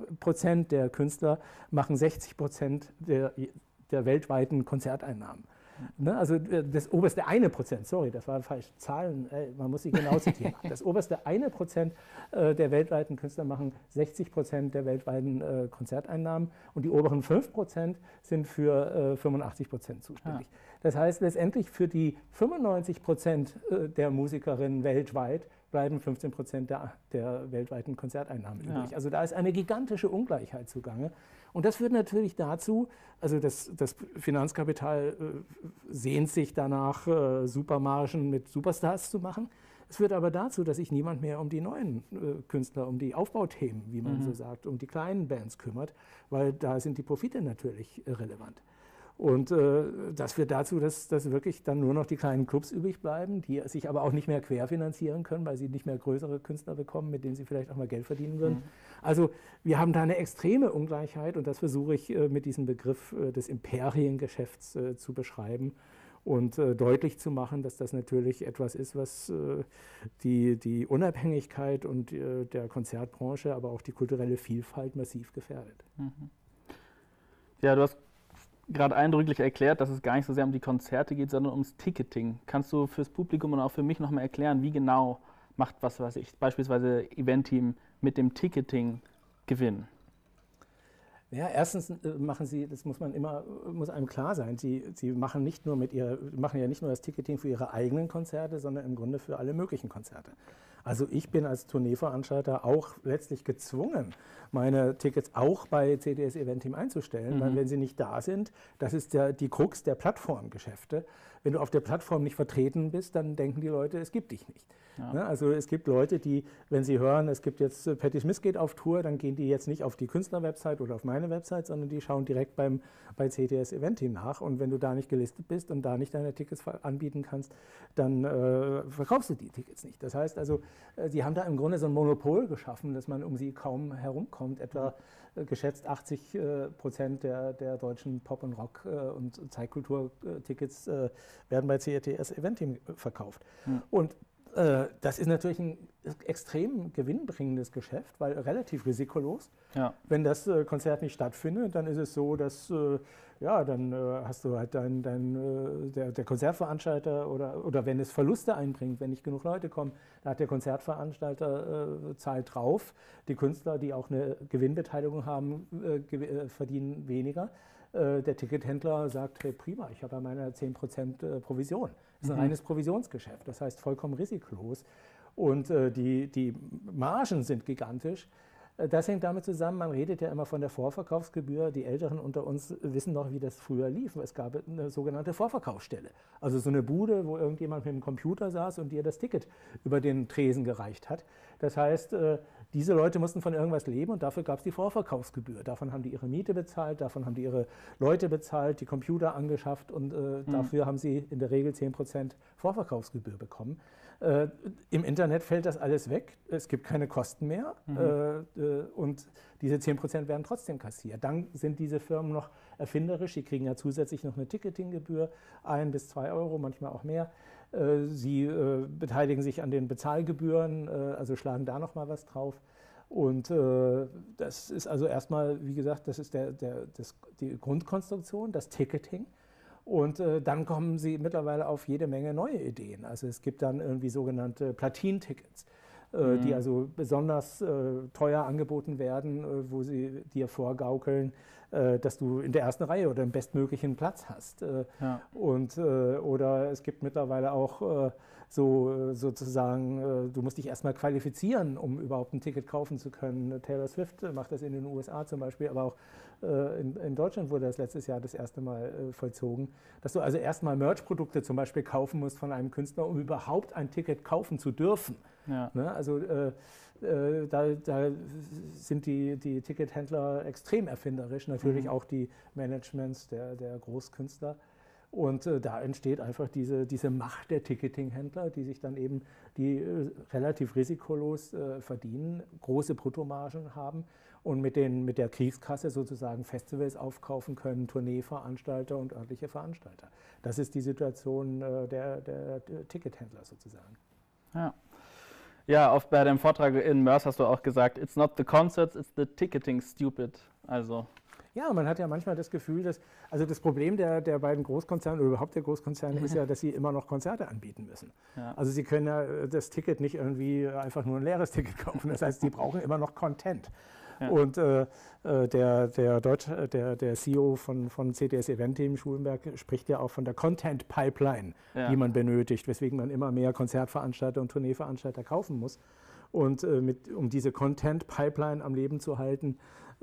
5% der Künstler machen 60% der weltweiten Konzerteinnahmen. Ne? Also das oberste 1%, sorry, das waren falsche Zahlen, man muss sie genau zitieren. Das oberste 1% der weltweiten Künstler machen 60% der weltweiten Konzerteinnahmen, und die oberen 5% sind für 85% zuständig. Ja. Das heißt, letztendlich für die 95% der Musikerinnen weltweit bleiben 15% der weltweiten Konzerteinnahmen übrig. Also da ist eine gigantische Ungleichheit zugange. Und das führt natürlich dazu, also das Finanzkapital sehnt sich danach, Supermargen mit Superstars zu machen. Es führt aber dazu, dass sich niemand mehr um die neuen Künstler, um die Aufbauthemen, wie man so sagt, um die kleinen Bands kümmert, weil da sind die Profite natürlich relevant. Und das führt dazu, dass wirklich dann nur noch die kleinen Clubs übrig bleiben, die sich aber auch nicht mehr querfinanzieren können, weil sie nicht mehr größere Künstler bekommen, mit denen sie vielleicht auch mal Geld verdienen würden. Also wir haben da eine extreme Ungleichheit und das versuche ich mit diesem Begriff des Imperiengeschäfts zu beschreiben und deutlich zu machen, dass das natürlich etwas ist, was die Unabhängigkeit und der Konzertbranche, aber auch die kulturelle Vielfalt massiv gefährdet. Ja, du hast gerade eindrücklich erklärt, dass es gar nicht so sehr um die Konzerte geht, sondern ums Ticketing. Kannst du fürs Publikum und auch für mich nochmal erklären, wie genau macht beispielsweise Eventim mit dem Ticketing Gewinn? Ja, erstens machen sie, das muss einem klar sein, sie machen machen ja nicht nur das Ticketing für ihre eigenen Konzerte, sondern im Grunde für alle möglichen Konzerte. Also ich bin als Tourneeveranstalter auch letztlich gezwungen, meine Tickets auch bei CTS Eventim einzustellen, weil wenn sie nicht da sind, das ist die Krux der Plattformgeschäfte. Wenn du auf der Plattform nicht vertreten bist, dann denken die Leute, es gibt dich nicht. Ja. Ne? Also es gibt Leute, die, wenn sie hören, es gibt jetzt Patti Smith geht auf Tour, dann gehen die jetzt nicht auf die Künstlerwebsite oder auf meine Website, sondern die schauen direkt bei CTS Eventim nach. Und wenn du da nicht gelistet bist und da nicht deine Tickets anbieten kannst, dann verkaufst du die Tickets nicht. Das heißt also, sie haben da im Grunde so ein Monopol geschaffen, dass man um sie kaum herumkommt. Etwa geschätzt 80% der deutschen Pop- und Rock- und Zeitkultur-Tickets werden bei CTS Eventim verkauft. Und das ist natürlich ein extrem gewinnbringendes Geschäft, weil relativ risikolos. Ja. Wenn das Konzert nicht stattfindet, dann ist es so, dass dann hast du halt der Konzertveranstalter oder wenn es Verluste einbringt, wenn nicht genug Leute kommen, da hat der Konzertveranstalter zahlt drauf. Die Künstler, die auch eine Gewinnbeteiligung haben, verdienen weniger. Der Tickethändler sagt, hey prima, ich habe ja meine 10% Provision. Das ist ein reines Provisionsgeschäft, das heißt vollkommen risikolos. Und die Margen sind gigantisch. Das hängt damit zusammen, man redet ja immer von der Vorverkaufsgebühr. Die Älteren unter uns wissen noch, wie das früher lief. Es gab eine sogenannte Vorverkaufsstelle. Also so eine Bude, wo irgendjemand mit dem Computer saß und dir das Ticket über den Tresen gereicht hat. Das heißt, diese Leute mussten von irgendwas leben und dafür gab es die Vorverkaufsgebühr. Davon haben die ihre Miete bezahlt, davon haben die ihre Leute bezahlt, die Computer angeschafft und dafür haben sie in der Regel 10% Vorverkaufsgebühr bekommen. Im Internet fällt das alles weg, es gibt keine Kosten mehr und diese 10% werden trotzdem kassiert. Dann sind diese Firmen noch erfinderisch, sie kriegen ja zusätzlich noch eine Ticketinggebühr, 1 bis 2 Euro, manchmal auch mehr. Sie beteiligen sich an den Bezahlgebühren, also schlagen da noch mal was drauf. Und das ist also erstmal, wie gesagt, das ist die Grundkonstruktion, das Ticketing. Und dann kommen sie mittlerweile auf jede Menge neue Ideen. Also es gibt dann irgendwie sogenannte Platin-Tickets, die also besonders teuer angeboten werden, wo sie dir vorgaukeln, dass du in der ersten Reihe oder im bestmöglichen Platz hast. Oder es gibt mittlerweile auch sozusagen, du musst dich erstmal qualifizieren, um überhaupt ein Ticket kaufen zu können. Taylor Swift macht das in den USA zum Beispiel, aber auch in Deutschland wurde das letztes Jahr das erste Mal vollzogen, dass du also erstmal Merch-Produkte zum Beispiel kaufen musst von einem Künstler, um überhaupt ein Ticket kaufen zu dürfen. Ja. Ne? Also da sind die Tickethändler extrem erfinderisch, natürlich auch die Managements der Großkünstler. Und da entsteht einfach diese Macht der Ticketinghändler, die sich dann eben relativ risikolos verdienen, große Bruttomargen haben und mit der Kriegskasse sozusagen Festivals aufkaufen können, Tourneeveranstalter und örtliche Veranstalter. Das ist die Situation der Tickethändler sozusagen. Ja. Ja, bei deinem Vortrag in Mörs hast du auch gesagt, it's not the concerts, it's the ticketing stupid. Also. Ja, man hat ja manchmal das Gefühl, also das Problem der beiden Großkonzerne oder überhaupt der Großkonzerne ist ja, dass sie immer noch Konzerte anbieten müssen. Ja. Also sie können ja das Ticket nicht irgendwie einfach nur ein leeres Ticket kaufen. Das heißt, sie brauchen immer noch Content. Ja. Und der CEO von CTS Event Team, Schulenberg, spricht ja auch von der Content Pipeline, die man benötigt, weswegen man immer mehr Konzertveranstalter und Tourneeveranstalter kaufen muss. Und um diese Content Pipeline am Leben zu halten,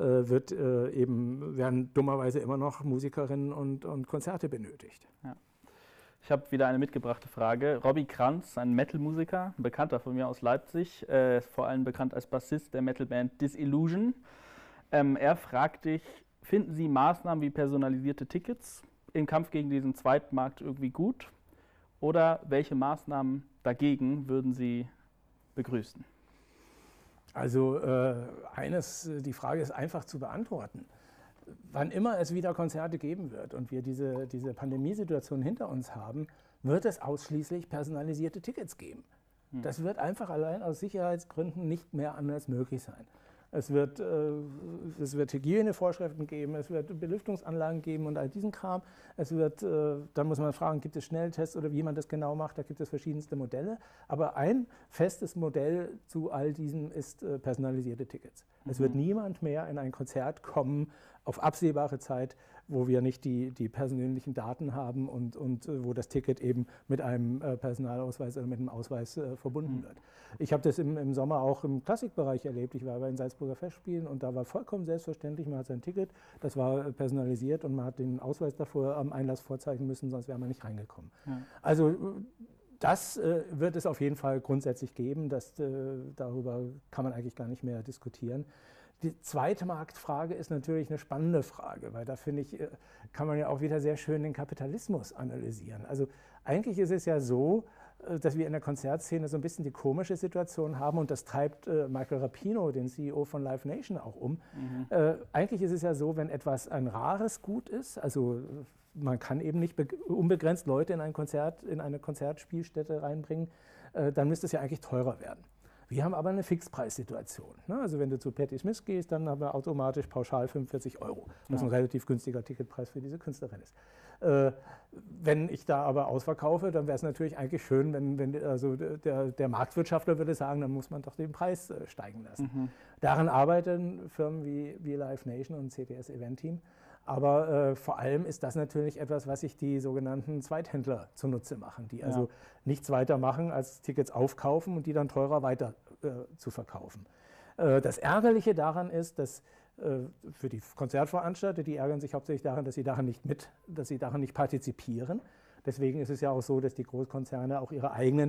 werden dummerweise immer noch Musikerinnen und Konzerte benötigt. Ja. Ich habe wieder eine mitgebrachte Frage. Robbie Kranz, ein Metal-Musiker, ein Bekannter von mir aus Leipzig, vor allem bekannt als Bassist der Metalband Disillusion. Er fragt dich, finden Sie Maßnahmen wie personalisierte Tickets im Kampf gegen diesen Zweitmarkt irgendwie gut? Oder welche Maßnahmen dagegen würden Sie begrüßen? Also die Frage ist einfach zu beantworten. Wann immer es wieder Konzerte geben wird und wir diese Pandemiesituation hinter uns haben, wird es ausschließlich personalisierte Tickets geben. Das wird einfach allein aus Sicherheitsgründen nicht mehr anders möglich sein. Es wird Hygienevorschriften geben, es wird Belüftungsanlagen geben und all diesen Kram. Dann muss man fragen, gibt es Schnelltests oder wie man das genau macht, da gibt es verschiedenste Modelle. Aber ein festes Modell zu all diesem ist personalisierte Tickets. Es wird niemand mehr in ein Konzert kommen auf absehbare Zeit, wo wir nicht die persönlichen Daten haben und wo das Ticket eben mit einem Personalausweis oder mit einem Ausweis verbunden wird. Ich habe das im Sommer auch im Klassikbereich erlebt. Ich war bei den Salzburger Festspielen und da war vollkommen selbstverständlich, man hat sein Ticket, das war personalisiert und man hat den Ausweis davor am Einlass vorzeigen müssen, sonst wäre man nicht reingekommen. Ja. Also das wird es auf jeden Fall grundsätzlich geben, darüber kann man eigentlich gar nicht mehr diskutieren. Die zweite Marktfrage ist natürlich eine spannende Frage, weil da finde ich, kann man ja auch wieder sehr schön den Kapitalismus analysieren. Also eigentlich ist es ja so, dass wir in der Konzertszene so ein bisschen die komische Situation haben und das treibt Michael Rapino, den CEO von Live Nation, auch um. Eigentlich ist es ja so, wenn etwas ein rares Gut ist, also man kann eben nicht unbegrenzt Leute in eine Konzertspielstätte reinbringen, dann müsste es ja eigentlich teurer werden. Wir haben aber eine Fixpreissituation. Also wenn du zu Patti Smith gehst, dann haben wir automatisch pauschal 45 €, was ein relativ günstiger Ticketpreis für diese Künstlerin ist. Wenn ich da aber ausverkaufe, dann wäre es natürlich eigentlich schön, wenn der Marktwirtschaftler würde sagen, dann muss man doch den Preis steigen lassen. Daran arbeiten Firmen wie Live Nation und CTS Event Team. Aber vor allem ist das natürlich etwas, was sich die sogenannten Zweithändler zunutze machen, die also nichts weiter machen, als Tickets aufkaufen und die dann teurer weiter zu verkaufen. Das Ärgerliche daran ist, dass für die Konzertveranstalter, die ärgern sich hauptsächlich daran, dass sie daran nicht partizipieren. Deswegen ist es ja auch so, dass die Großkonzerne auch ihre eigenen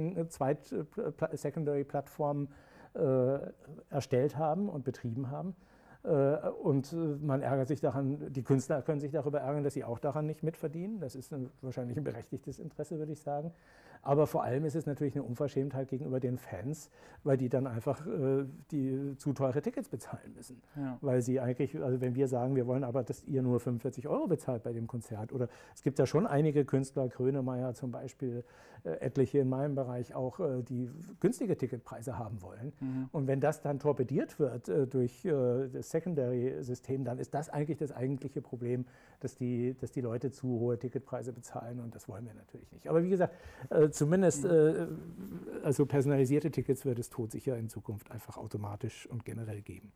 Secondary-Plattformen erstellt haben und betrieben haben. Und man ärgert sich daran, die Künstler können sich darüber ärgern, dass sie auch daran nicht mitverdienen. Das ist wahrscheinlich ein berechtigtes Interesse, würde ich sagen. Aber vor allem ist es natürlich eine Unverschämtheit gegenüber den Fans, weil die dann einfach die zu teure Tickets bezahlen müssen. Ja. Weil sie eigentlich, also wenn wir sagen, wir wollen aber, dass ihr nur 45 € bezahlt bei dem Konzert. Oder es gibt ja schon einige Künstler, Grönemeyer zum Beispiel, etliche in meinem Bereich auch, die günstige Ticketpreise haben wollen. Und wenn das dann torpediert wird durch das Secondary-System, dann ist das eigentlich das eigentliche Problem, dass die Leute zu hohe Ticketpreise bezahlen und das wollen wir natürlich nicht. Aber wie gesagt, zumindest also personalisierte Tickets wird es todsicher in Zukunft einfach automatisch und generell geben.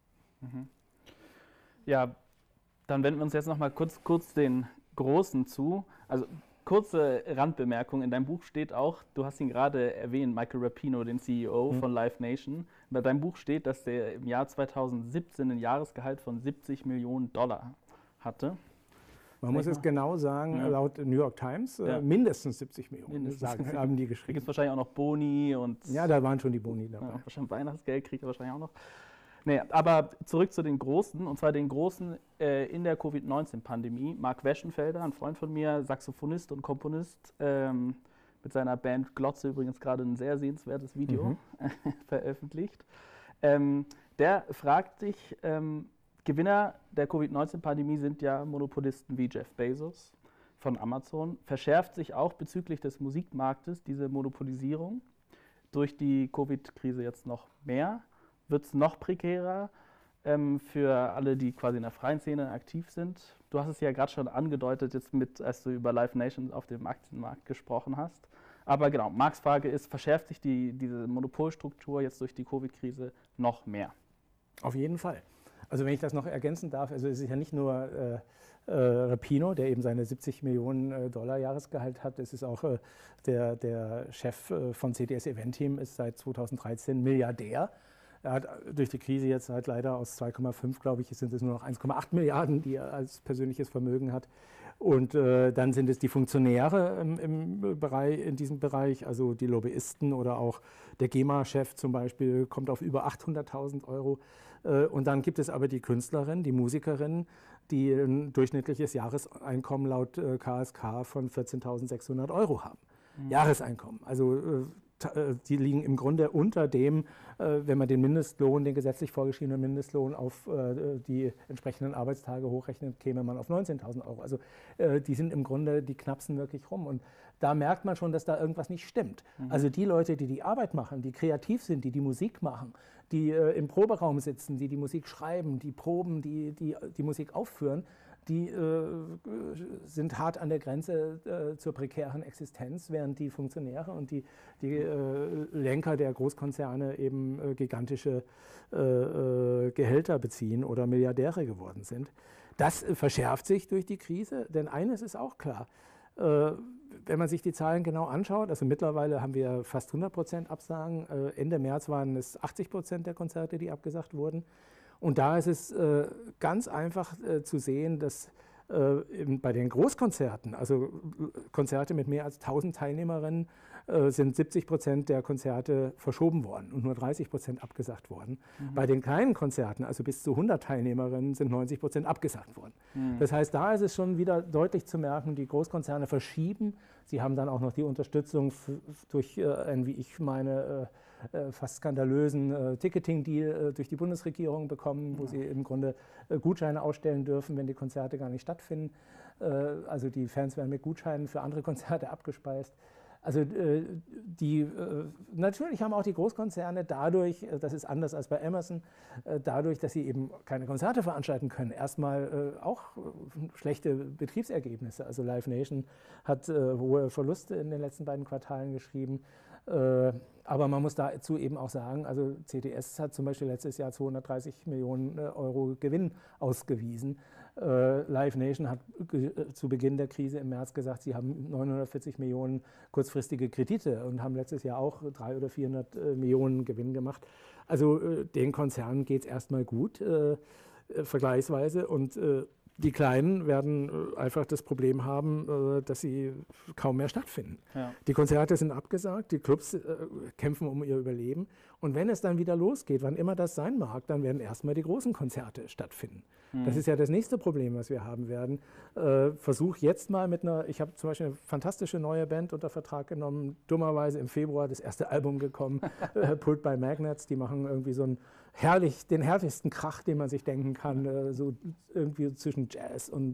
Ja, dann wenden wir uns jetzt noch mal kurz den Großen zu. Also kurze Randbemerkung, in deinem Buch steht auch, du hast ihn gerade erwähnt, Michael Rapino, den CEO von Live Nation. Bei deinem Buch steht, dass der im Jahr 2017 ein Jahresgehalt von $70 Millionen hatte. Man muss es genau sagen, laut New York Times, mindestens 70 Millionen haben die geschrieben. Da gibt es wahrscheinlich auch noch Boni und... Ja, da waren schon die Boni dabei. Ja, wahrscheinlich Weihnachtsgeld kriegt er wahrscheinlich auch noch. Nee, aber zurück zu den Großen, und zwar den Großen in der Covid-19-Pandemie. Mark Weschenfelder, ein Freund von mir, Saxophonist und Komponist, mit seiner Band Glotze übrigens gerade ein sehr sehenswertes Video veröffentlicht. Der fragt dich, Gewinner der Covid-19-Pandemie sind ja Monopolisten wie Jeff Bezos von Amazon. Verschärft sich auch bezüglich des Musikmarktes diese Monopolisierung durch die Covid-Krise jetzt noch mehr? Wird es noch prekärer für alle, die quasi in der freien Szene aktiv sind? Du hast es ja gerade schon angedeutet, jetzt als du über Live Nation auf dem Aktienmarkt gesprochen hast. Aber genau, Marks Frage ist, verschärft sich diese Monopolstruktur jetzt durch die Covid-Krise noch mehr? Auf jeden Fall. Also wenn ich das noch ergänzen darf, also es ist ja nicht nur Rapino, der eben seine 70 Millionen Dollar Jahresgehalt hat, es ist auch der Chef von CTS Event Team, ist seit 2013 Milliardär. Er hat durch die Krise jetzt halt leider aus 2,5, glaube ich, sind es nur noch 1,8 Milliarden, die er als persönliches Vermögen hat. Und dann sind es die Funktionäre in diesem Bereich, also die Lobbyisten oder auch der GEMA-Chef zum Beispiel kommt auf über 800.000 Euro. Und dann gibt es aber die Künstlerinnen, die Musikerinnen, die ein durchschnittliches Jahreseinkommen laut KSK von 14.600 Euro haben. Jahreseinkommen. Also die liegen im Grunde unter dem, wenn man den Mindestlohn, den gesetzlich vorgeschriebenen Mindestlohn auf die entsprechenden Arbeitstage hochrechnet, käme man auf 19.000 Euro. Also die sind im Grunde, die knapsen wirklich rum. Und da merkt man schon, dass da irgendwas nicht stimmt. Also die Leute, die die Arbeit machen, die kreativ sind, die Musik machen, die im Proberaum sitzen, die Musik schreiben, die proben, die Musik aufführen, die sind hart an der Grenze zur prekären Existenz, während die Funktionäre und die Lenker der Großkonzerne eben gigantische Gehälter beziehen oder Milliardäre geworden sind. Das verschärft sich durch die Krise, denn eines ist auch klar. Wenn man sich die Zahlen genau anschaut, also mittlerweile haben wir fast 100% Absagen, Ende März waren es 80% der Konzerte, die abgesagt wurden. Und da ist es ganz einfach zu sehen, dass bei den Großkonzerten, also Konzerte mit mehr als 1000 Teilnehmerinnen, sind 70% der Konzerte verschoben worden und nur 30% abgesagt worden. Bei den kleinen Konzerten, also bis zu 100 Teilnehmerinnen, sind 90% abgesagt worden. Das heißt, da ist es schon wieder deutlich zu merken, die Großkonzerne verschieben. Sie haben dann auch noch die Unterstützung durch einen, wie ich meine, fast skandalösen Ticketing-Deal durch die Bundesregierung bekommen, wo sie im Grunde Gutscheine ausstellen dürfen, wenn die Konzerte gar nicht stattfinden. Also die Fans werden mit Gutscheinen für andere Konzerte abgespeist. Also natürlich haben auch die Großkonzerne dadurch, das ist anders als bei Amazon, dadurch, dass sie eben keine Konzerte veranstalten können, erstmal auch schlechte Betriebsergebnisse. Also Live Nation hat hohe Verluste in den letzten beiden Quartalen geschrieben. Aber man muss dazu eben auch sagen, also CTS hat zum Beispiel letztes Jahr 230 Millionen Euro Gewinn ausgewiesen. Live Nation hat zu Beginn der Krise im März gesagt, sie haben 940 Millionen kurzfristige Kredite und haben letztes Jahr auch 300 oder 400 Millionen Gewinn gemacht. Also den Konzernen geht es erstmal gut, vergleichsweise. Und die Kleinen werden einfach das Problem haben, dass sie kaum mehr stattfinden. Ja. Die Konzerte sind abgesagt, die Clubs kämpfen um ihr Überleben. Und wenn es dann wieder losgeht, wann immer das sein mag, dann werden erstmal die großen Konzerte stattfinden. Das ist ja das nächste Problem, was wir haben werden. Versuch jetzt mal mit ich habe zum Beispiel eine fantastische neue Band unter Vertrag genommen, dummerweise im Februar das erste Album gekommen, Pulled by Magnets, die machen irgendwie so den herrlichsten Krach, den man sich denken kann, so irgendwie zwischen Jazz und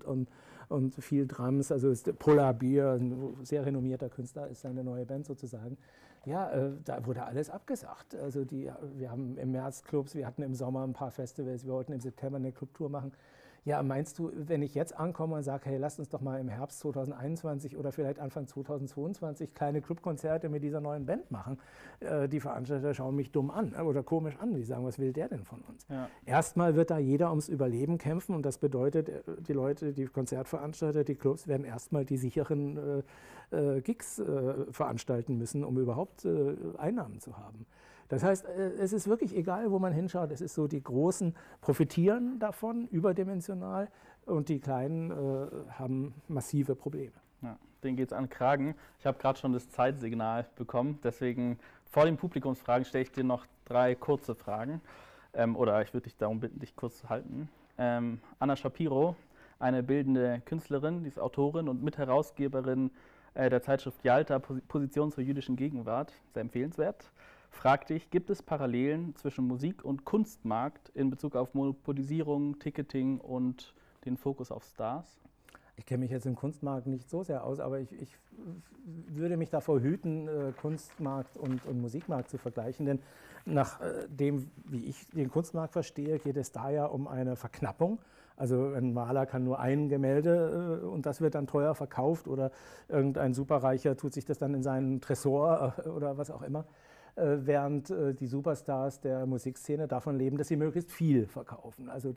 viel Drums, also ist Polar Beer, ein sehr renommierter Künstler, ist seine neue Band sozusagen. Ja, da wurde alles abgesagt. Also wir haben im März Clubs, wir hatten im Sommer ein paar Festivals, wir wollten im September eine Clubtour machen. Ja, meinst du, wenn ich jetzt ankomme und sage, hey, lasst uns doch mal im Herbst 2021 oder vielleicht Anfang 2022 kleine Clubkonzerte mit dieser neuen Band machen, die Veranstalter schauen mich dumm an oder komisch an. Die sagen, was will der denn von uns? Ja. Erstmal wird da jeder ums Überleben kämpfen und das bedeutet, die Leute, die Konzertveranstalter, die Clubs werden erstmal die sicheren Gigs veranstalten müssen, um überhaupt Einnahmen zu haben. Das heißt, es ist wirklich egal, wo man hinschaut. Es ist so, die Großen profitieren davon überdimensional und die Kleinen haben massive Probleme. Ja, denen geht es an den Kragen. Ich habe gerade schon das Zeitsignal bekommen, deswegen vor den Publikumsfragen stelle ich dir noch 3 kurze Fragen. Oder ich würde dich darum bitten, dich kurz zu halten. Anna Shapiro, eine bildende Künstlerin, die ist Autorin und Mitherausgeberin der Zeitschrift Yalta, Position zur jüdischen Gegenwart, sehr empfehlenswert. Frag dich, gibt es Parallelen zwischen Musik- und Kunstmarkt in Bezug auf Monopolisierung, Ticketing und den Fokus auf Stars? Ich kenne mich jetzt im Kunstmarkt nicht so sehr aus, aber ich würde mich davor hüten, Kunstmarkt und Musikmarkt zu vergleichen. Denn nach dem, wie ich den Kunstmarkt verstehe, geht es da ja um eine Verknappung. Also ein Maler kann nur ein Gemälde und das wird dann teuer verkauft oder irgendein Superreicher tut sich das dann in seinen Tresor oder was auch immer. während die Superstars der Musikszene davon leben, dass sie möglichst viel verkaufen. Also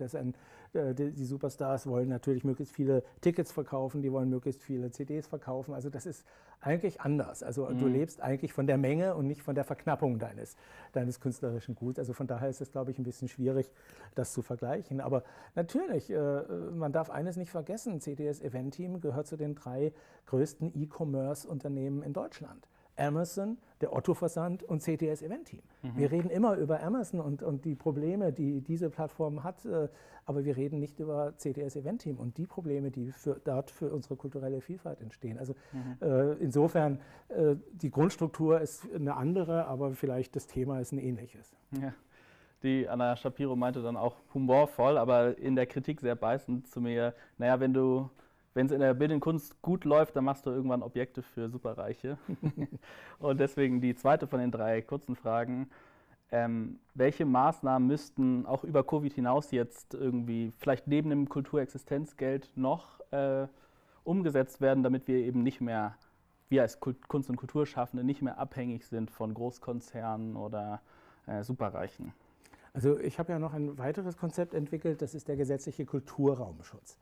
die Superstars wollen natürlich möglichst viele Tickets verkaufen, die wollen möglichst viele CDs verkaufen. Also das ist eigentlich anders. Also du lebst eigentlich von der Menge und nicht von der Verknappung deines künstlerischen Guts. Also von daher ist es, glaube ich, ein bisschen schwierig, das zu vergleichen. Aber natürlich, man darf eines nicht vergessen, CDS Event Team gehört zu den 3 größten E-Commerce-Unternehmen in Deutschland. Amazon, der Otto-Versand und CTS Event Team. Wir reden immer über Amazon und die Probleme, die diese Plattform hat, aber wir reden nicht über CTS Event Team und die Probleme, die dort für unsere kulturelle Vielfalt entstehen. Also insofern, die Grundstruktur ist eine andere, aber vielleicht das Thema ist ein ähnliches. Ja. Die Anna Shapiro meinte dann auch humorvoll, aber in der Kritik sehr beißend zu mir, naja, wenn es in der bildenden Kunst gut läuft, dann machst du irgendwann Objekte für Superreiche. Und deswegen die zweite von den 3 kurzen Fragen. Welche Maßnahmen müssten auch über Covid hinaus jetzt irgendwie, vielleicht neben dem Kulturexistenzgeld noch umgesetzt werden, damit wir eben nicht mehr, wir als Kunst- und Kulturschaffende, nicht mehr abhängig sind von Großkonzernen oder Superreichen? Also ich habe ja noch ein weiteres Konzept entwickelt, das ist der gesetzliche Kulturraumschutz.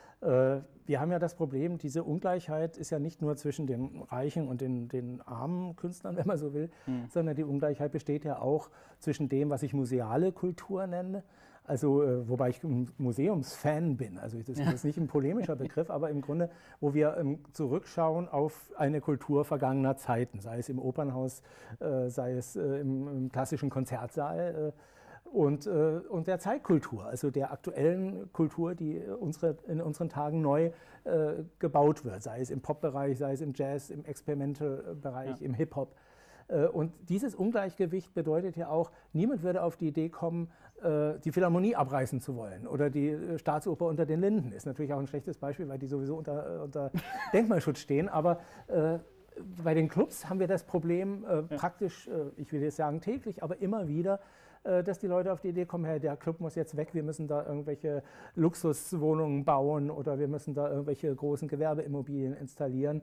Wir haben ja das Problem, diese Ungleichheit ist ja nicht nur zwischen den reichen und den armen Künstlern, wenn man so will, sondern die Ungleichheit besteht ja auch zwischen dem, was ich museale Kultur nenne, also wobei ich ein Museumsfan bin, also das ist nicht ein polemischer Begriff, aber im Grunde, wo wir zurückschauen auf eine Kultur vergangener Zeiten, sei es im Opernhaus, sei es im klassischen Konzertsaal, und der Zeitkultur, also der aktuellen Kultur, die in unseren Tagen neu gebaut wird, sei es im Pop-Bereich, sei es im Jazz, im Experimental-Bereich, im Hip-Hop. Und dieses Ungleichgewicht bedeutet ja auch, niemand würde auf die Idee kommen, die Philharmonie abreißen zu wollen oder die Staatsoper unter den Linden. Ist natürlich auch ein schlechtes Beispiel, weil die sowieso unter Denkmalschutz stehen, aber bei den Clubs haben wir das Problem praktisch, ich will jetzt sagen täglich, aber immer wieder, dass die Leute auf die Idee kommen, hey, der Club muss jetzt weg, wir müssen da irgendwelche Luxuswohnungen bauen oder wir müssen da irgendwelche großen Gewerbeimmobilien installieren.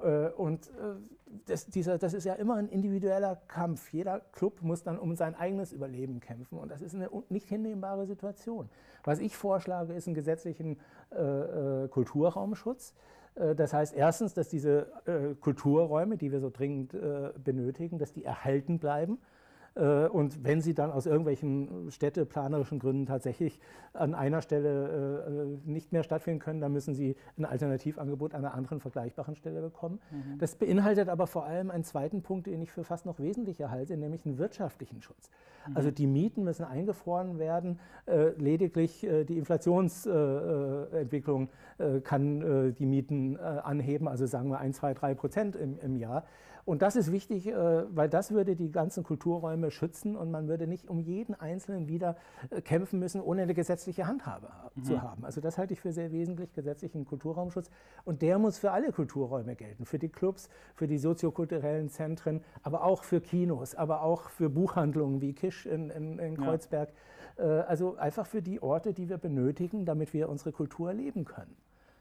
Das ist ja immer ein individueller Kampf. Jeder Club muss dann um sein eigenes Überleben kämpfen und das ist eine nicht hinnehmbare Situation. Was ich vorschlage, ist einen gesetzlichen Kulturraumschutz. Das heißt erstens, dass diese Kulturräume, die wir so dringend benötigen, dass die erhalten bleiben. Und wenn sie dann aus irgendwelchen städteplanerischen Gründen tatsächlich an einer Stelle nicht mehr stattfinden können, dann müssen sie ein Alternativangebot an einer anderen vergleichbaren Stelle bekommen. Das beinhaltet aber vor allem einen zweiten Punkt, den ich für fast noch wesentlicher halte, nämlich einen wirtschaftlichen Schutz. Also die Mieten müssen eingefroren werden, lediglich die Inflationsentwicklung kann die Mieten anheben, also sagen wir 1, 2, 3% im Jahr. Und das ist wichtig, weil das würde die ganzen Kulturräume schützen und man würde nicht um jeden Einzelnen wieder kämpfen müssen, ohne eine gesetzliche Handhabe zu haben. Also das halte ich für sehr wesentlich, gesetzlichen Kulturraumschutz. Und der muss für alle Kulturräume gelten, für die Clubs, für die soziokulturellen Zentren, aber auch für Kinos, aber auch für Buchhandlungen wie Kisch in Kreuzberg. Also einfach für die Orte, die wir benötigen, damit wir unsere Kultur erleben können.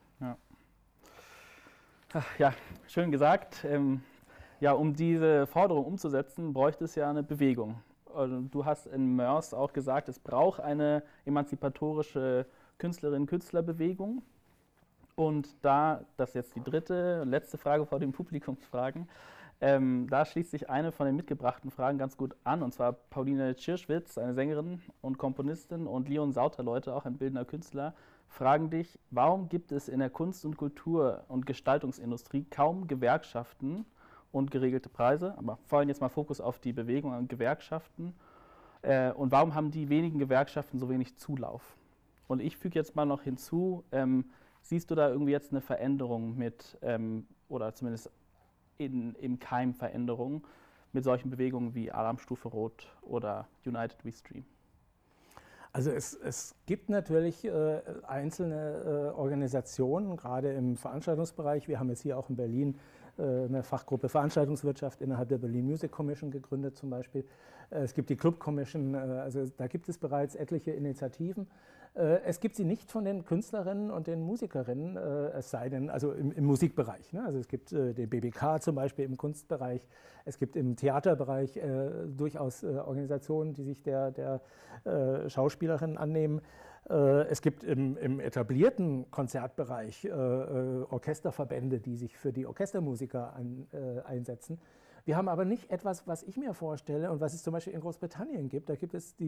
Ja, schön gesagt. Ja, um diese Forderung umzusetzen, bräuchte es ja eine Bewegung. Du hast in Moers auch gesagt, es braucht eine emanzipatorische Künstlerinnen-Künstlerbewegung. Und das ist jetzt die dritte, letzte Frage vor den Publikumsfragen, da schließt sich eine von den mitgebrachten Fragen ganz gut an, und zwar Pauline Tschirschwitz, eine Sängerin und Komponistin, und Leon Sauterleute, auch ein bildender Künstler, fragen dich, warum gibt es in der Kunst- und Kultur- und Gestaltungsindustrie kaum Gewerkschaften und geregelte Preise, aber vor allem jetzt mal Fokus auf die Bewegung an Gewerkschaften. Und warum haben die wenigen Gewerkschaften so wenig Zulauf? Und ich füge jetzt mal noch hinzu, siehst du da irgendwie jetzt eine Veränderung mit, oder zumindest im Keim Veränderung mit solchen Bewegungen wie Alarmstufe Rot oder United We Stream? Also es gibt natürlich einzelne Organisationen, gerade im Veranstaltungsbereich. Wir haben jetzt hier auch in Berlin eine Fachgruppe Veranstaltungswirtschaft innerhalb der Berlin Music Commission gegründet zum Beispiel. Es gibt die Club Commission, also da gibt es bereits etliche Initiativen. Es gibt sie nicht von den Künstlerinnen und den Musikerinnen, es sei denn, also im Musikbereich. Ne? Also es gibt den BBK zum Beispiel im Kunstbereich, es gibt im Theaterbereich durchaus Organisationen, die sich der Schauspielerinnen annehmen. Es gibt im etablierten Konzertbereich Orchesterverbände, die sich für die Orchestermusiker einsetzen. Wir haben aber nicht etwas, was ich mir vorstelle und was es zum Beispiel in Großbritannien gibt. Da gibt es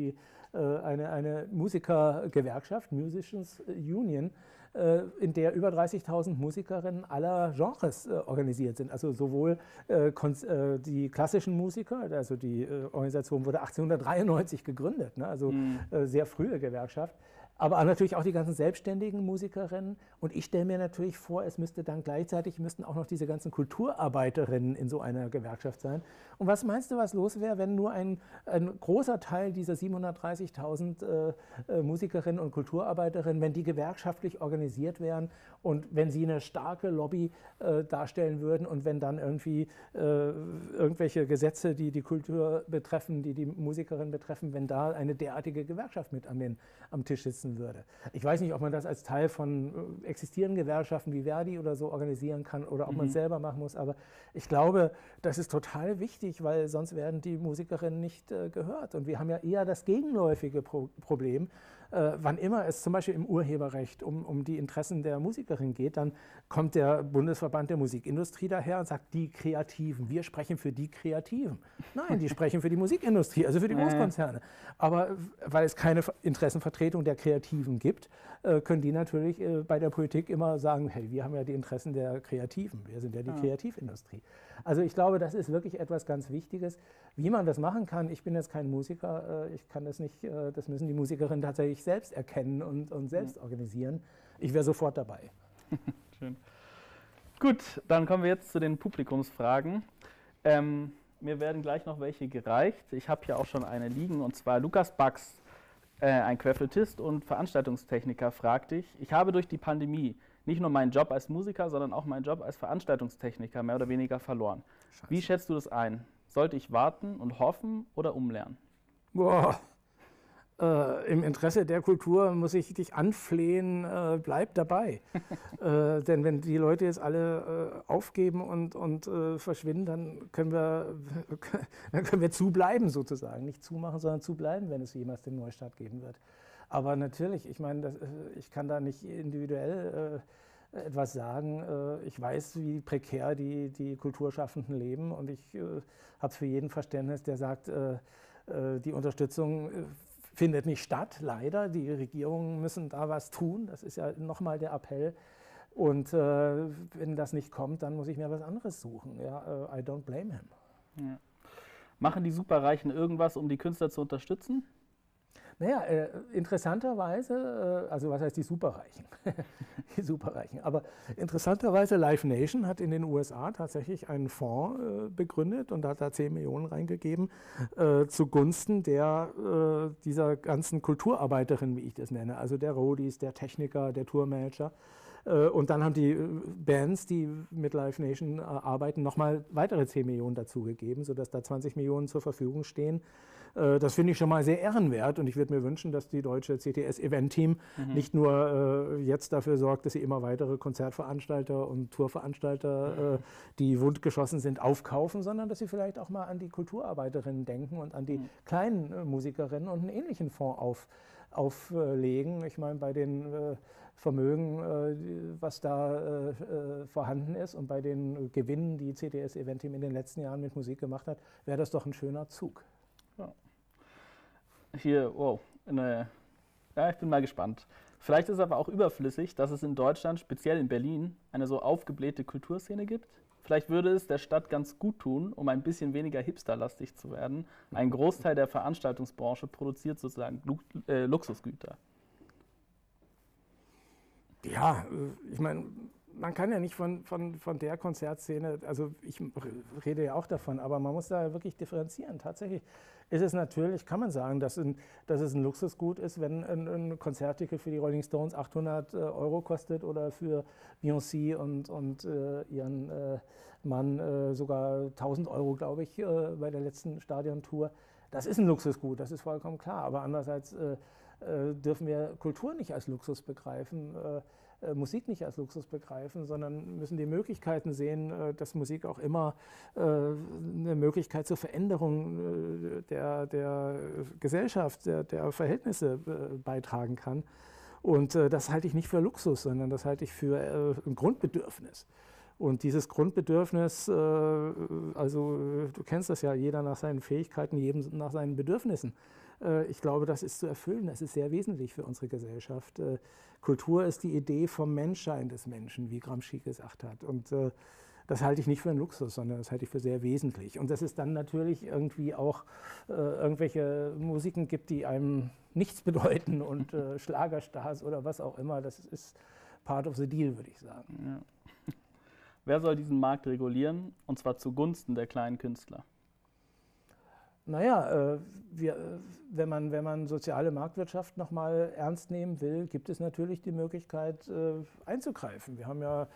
eine Musikergewerkschaft, Musicians Union, in der über 30.000 Musikerinnen aller Genres organisiert sind. Also sowohl die klassischen Musiker, also die Organisation wurde 1893 gegründet, ne? Also sehr frühe Gewerkschaft. Aber natürlich auch die ganzen selbstständigen Musikerinnen. Und ich stelle mir natürlich vor, es müsste dann gleichzeitig müssten auch noch diese ganzen Kulturarbeiterinnen in so einer Gewerkschaft sein. Und was meinst du, was los wäre, wenn nur ein großer Teil dieser 730.000 Musikerinnen und Kulturarbeiterinnen, wenn die gewerkschaftlich organisiert wären und wenn sie eine starke Lobby darstellen würden und wenn dann irgendwie irgendwelche Gesetze, die die Kultur betreffen, die die Musikerinnen betreffen, wenn da eine derartige Gewerkschaft mit am Tisch sitzen würde. Ich weiß nicht, ob man das als Teil von existierenden Gewerkschaften wie Verdi oder so organisieren kann oder ob man es selber machen muss, aber ich glaube, das ist total wichtig, weil sonst werden die Musikerinnen nicht gehört. Und wir haben ja eher das gegenläufige Problem. Wann immer es zum Beispiel im Urheberrecht um die Interessen der Musikerin geht, dann kommt der Bundesverband der Musikindustrie daher und sagt, die Kreativen, wir sprechen für die Kreativen. Nein, die sprechen für die Musikindustrie, also für die Großkonzerne. Aber weil es keine Interessenvertretung der Kreativen gibt, können die natürlich bei der Politik immer sagen, hey, wir haben ja die Interessen der Kreativen, wir sind ja die Kreativindustrie. Also ich glaube, das ist wirklich etwas ganz Wichtiges. Wie man das machen kann, ich bin jetzt kein Musiker, ich kann das nicht, das müssen die Musikerinnen tatsächlich selbst erkennen und selbst organisieren. Ich wäre sofort dabei. Schön. Gut, dann kommen wir jetzt zu den Publikumsfragen. Mir werden gleich noch welche gereicht. Ich habe hier auch schon eine liegen, und zwar Lukas Bax, ein Querflötist und Veranstaltungstechniker, fragt dich: Ich habe durch die Pandemie nicht nur meinen Job als Musiker, sondern auch meinen Job als Veranstaltungstechniker mehr oder weniger verloren. Scheiße. Wie schätzt du das ein? Sollte ich warten und hoffen oder umlernen? Boah. Im Interesse der Kultur muss ich dich anflehen, bleib dabei. Denn wenn die Leute jetzt alle aufgeben und verschwinden, dann können wir zubleiben sozusagen. Nicht zumachen, sondern zubleiben, wenn es jemals den Neustart geben wird. Aber natürlich, ich meine, ich kann da nicht individuell etwas sagen. Ich weiß, wie prekär die Kulturschaffenden leben, und ich habe für jeden Verständnis, der sagt, die Unterstützung findet nicht statt, leider. Die Regierungen müssen da was tun. Das ist ja nochmal der Appell. Und wenn das nicht kommt, dann muss ich mir was anderes suchen. Ja, I don't blame him. Ja. Machen die Superreichen irgendwas, um die Künstler zu unterstützen? Naja, interessanterweise, also was heißt die Superreichen? Die Superreichen. Aber interessanterweise, Live Nation hat in den USA tatsächlich einen Fonds begründet und hat da 10 Millionen reingegeben zugunsten dieser ganzen Kulturarbeiterinnen, wie ich das nenne. Also der Roadies, der Techniker, der Tourmanager. Und dann haben die Bands, die mit Live Nation arbeiten, nochmal weitere 10 Millionen dazugegeben, sodass da 20 Millionen zur Verfügung stehen. Das finde ich schon mal sehr ehrenwert, und ich würde mir wünschen, dass die deutsche CTS-Event-Team nicht nur jetzt dafür sorgt, dass sie immer weitere Konzertveranstalter und Tourveranstalter, die wundgeschossen sind, aufkaufen, sondern dass sie vielleicht auch mal an die Kulturarbeiterinnen denken und an die kleinen Musikerinnen und einen ähnlichen Fonds auflegen. Ich meine, bei den Vermögen, was da vorhanden ist, und bei den Gewinnen, die CTS-Event-Team in den letzten Jahren mit Musik gemacht hat, wäre das doch ein schöner Zug. Ja. Hier, wow, ja, ich bin mal gespannt. Vielleicht ist es aber auch überflüssig, dass es in Deutschland, speziell in Berlin, eine so aufgeblähte Kulturszene gibt. Vielleicht würde es der Stadt ganz gut tun, um ein bisschen weniger hipsterlastig zu werden. Ein Großteil der Veranstaltungsbranche produziert sozusagen Luxusgüter. Ja, ich meine, man kann ja nicht von der Konzertszene, also ich rede ja auch davon, aber man muss da wirklich differenzieren. Tatsächlich ist es natürlich, kann man sagen, dass es ein Luxusgut ist, wenn ein Konzertticket für die Rolling Stones 800 Euro kostet oder für Beyoncé und ihren Mann sogar 1000 Euro, glaube ich, bei der letzten Stadiontour. Das ist ein Luxusgut, das ist vollkommen klar. Aber andererseits dürfen wir Kultur nicht als Luxus begreifen, Musik nicht als Luxus begreifen, sondern müssen die Möglichkeiten sehen, dass Musik auch immer eine Möglichkeit zur Veränderung der Gesellschaft, der Verhältnisse beitragen kann. Und das halte ich nicht für Luxus, sondern das halte ich für ein Grundbedürfnis. Und dieses Grundbedürfnis, also du kennst das ja, jeder nach seinen Fähigkeiten, jedem nach seinen Bedürfnissen. Ich glaube, das ist zu erfüllen, das ist sehr wesentlich für unsere Gesellschaft. Kultur ist die Idee vom Menschsein des Menschen, wie Gramsci gesagt hat. Und das halte ich nicht für einen Luxus, sondern das halte ich für sehr wesentlich. Und dass es dann natürlich irgendwie auch irgendwelche Musiken gibt, die einem nichts bedeuten und Schlagerstars oder was auch immer, das ist part of the deal, würde ich sagen. Ja. Wer soll diesen Markt regulieren, und zwar zugunsten der kleinen Künstler? Naja, wenn man soziale Marktwirtschaft nochmal ernst nehmen will, gibt es natürlich die Möglichkeit einzugreifen. Wir haben ja,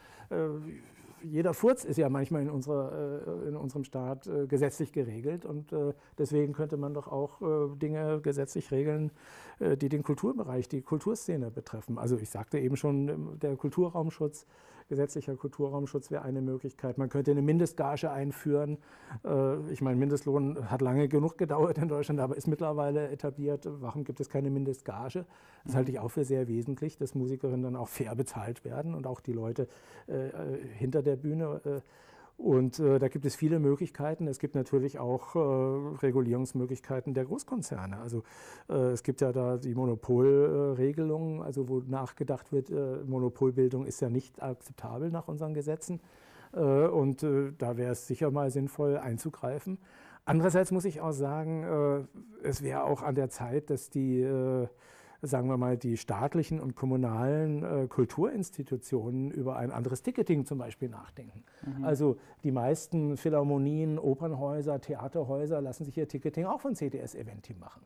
jeder Furz ist ja manchmal in unserem Staat gesetzlich geregelt und deswegen könnte man doch auch Dinge gesetzlich regeln, die den Kulturbereich, die Kulturszene betreffen. Also ich sagte eben schon, der Kulturraumschutz, gesetzlicher Kulturraumschutz wäre eine Möglichkeit. Man könnte eine Mindestgage einführen. Ich meine, Mindestlohn hat lange genug gedauert in Deutschland, aber ist mittlerweile etabliert. Warum gibt es keine Mindestgage? Das halte ich auch für sehr wesentlich, dass Musikerinnen dann auch fair bezahlt werden und auch die Leute hinter der Bühne. Und da gibt es viele Möglichkeiten. Es gibt natürlich auch Regulierungsmöglichkeiten der Großkonzerne. Also es gibt ja da die Monopolregelung, also wo nachgedacht wird, Monopolbildung ist ja nicht akzeptabel nach unseren Gesetzen. Und da wäre es sicher mal sinnvoll einzugreifen. Andererseits muss ich auch sagen, es wäre auch an der Zeit, dass die sagen wir mal, die staatlichen und kommunalen Kulturinstitutionen über ein anderes Ticketing zum Beispiel nachdenken. Also die meisten Philharmonien, Opernhäuser, Theaterhäuser lassen sich ihr Ticketing auch von CTS Eventim machen.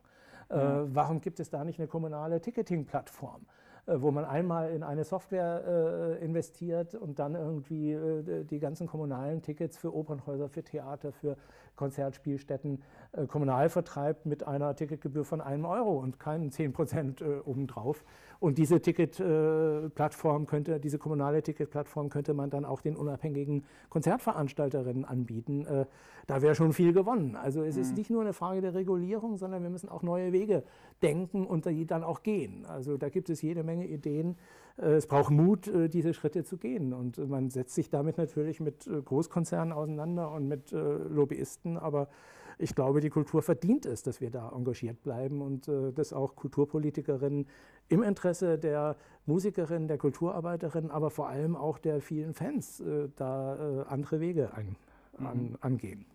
Warum gibt es da nicht eine kommunale Ticketing-Plattform, wo man einmal in eine Software investiert und dann irgendwie die ganzen kommunalen Tickets für Opernhäuser, für Theater, für Konzertspielstätten kommunal vertreibt mit einer Ticketgebühr von €1 und keinen 10% obendrauf. Und diese Ticketplattform diese kommunale Ticketplattform könnte man dann auch den unabhängigen Konzertveranstalterinnen anbieten. Da wäre schon viel gewonnen. Also es ist nicht nur eine Frage der Regulierung, sondern wir müssen auch neue Wege denken und die dann auch gehen. Also da gibt es jede Menge Ideen. Es braucht Mut, diese Schritte zu gehen. Und man setzt sich damit natürlich mit Großkonzernen auseinander und mit Lobbyisten. Aber ich glaube, die Kultur verdient es, dass wir da engagiert bleiben und dass auch Kulturpolitikerinnen im Interesse der Musikerinnen, der Kulturarbeiterinnen, aber vor allem auch der vielen Fans da andere Wege angehen.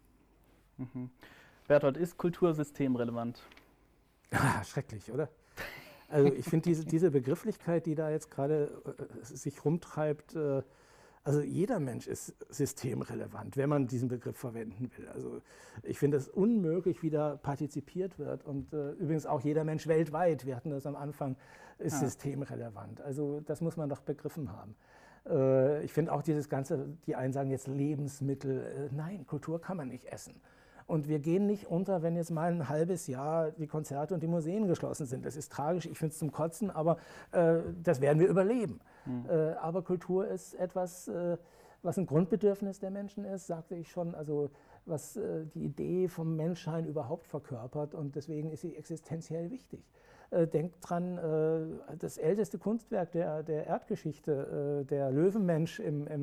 Bertolt, ist Kultur systemrelevant? Schrecklich, oder? Also ich finde diese Begrifflichkeit, die da jetzt gerade sich rumtreibt, also jeder Mensch ist systemrelevant, wenn man diesen Begriff verwenden will. Also ich finde es unmöglich, wie da partizipiert wird. Und übrigens auch jeder Mensch weltweit, wir hatten das am Anfang, ist systemrelevant. Also das muss man doch begriffen haben. Ich finde auch dieses Ganze, die einen sagen jetzt Lebensmittel, nein, Kultur kann man nicht essen. Und wir gehen nicht unter, wenn jetzt mal ein halbes Jahr die Konzerte und die Museen geschlossen sind. Das ist tragisch, ich finde es zum Kotzen, aber das werden wir überleben. Aber Kultur ist etwas, was ein Grundbedürfnis der Menschen ist, sagte ich schon, also was die Idee vom Menschsein überhaupt verkörpert und deswegen ist sie existenziell wichtig. Denkt dran, das älteste Kunstwerk der Erdgeschichte, der Löwenmensch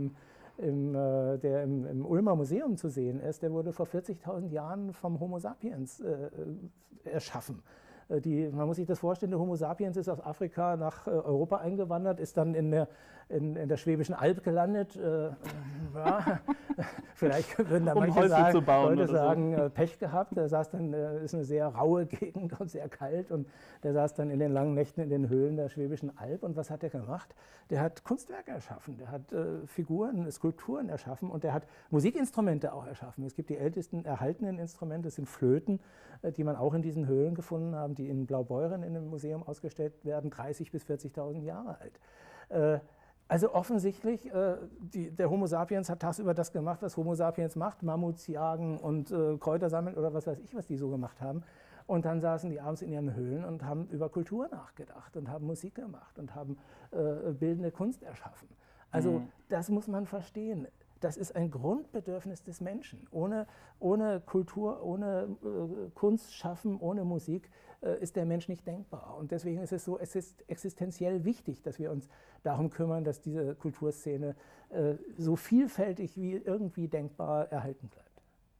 der im Ulmer Museum zu sehen ist, der wurde vor 40.000 Jahren vom Homo sapiens erschaffen. Man muss sich das vorstellen, der Homo sapiens ist aus Afrika nach Europa eingewandert, ist dann in der Schwäbischen Alb gelandet. Ja, vielleicht würden da manche Leute sagen, Pech gehabt. Der saß dann, ist eine sehr raue Gegend und sehr kalt und der saß dann in den langen Nächten in den Höhlen der Schwäbischen Alb. Und was hat er gemacht? Der hat Kunstwerke erschaffen, der hat Figuren, Skulpturen erschaffen und der hat Musikinstrumente auch erschaffen. Es gibt die ältesten erhaltenen Instrumente, das sind Flöten, die man auch in diesen Höhlen gefunden haben, die in Blaubeuren in einem Museum ausgestellt werden, 30.000 bis 40.000 Jahre alt. Also offensichtlich, der Homo sapiens hat tagsüber das gemacht, was Homo sapiens macht, Mammuts jagen und Kräuter sammeln oder was weiß ich, was die so gemacht haben. Und dann saßen die abends in ihren Höhlen und haben über Kultur nachgedacht und haben Musik gemacht und haben bildende Kunst erschaffen. Also das muss man verstehen. Das ist ein Grundbedürfnis des Menschen. Ohne Kultur, ohne Kunst schaffen, ohne Musik ist der Mensch nicht denkbar. Und deswegen ist es so, es ist existenziell wichtig, dass wir uns darum kümmern, dass diese Kulturszene so vielfältig wie irgendwie denkbar erhalten bleibt.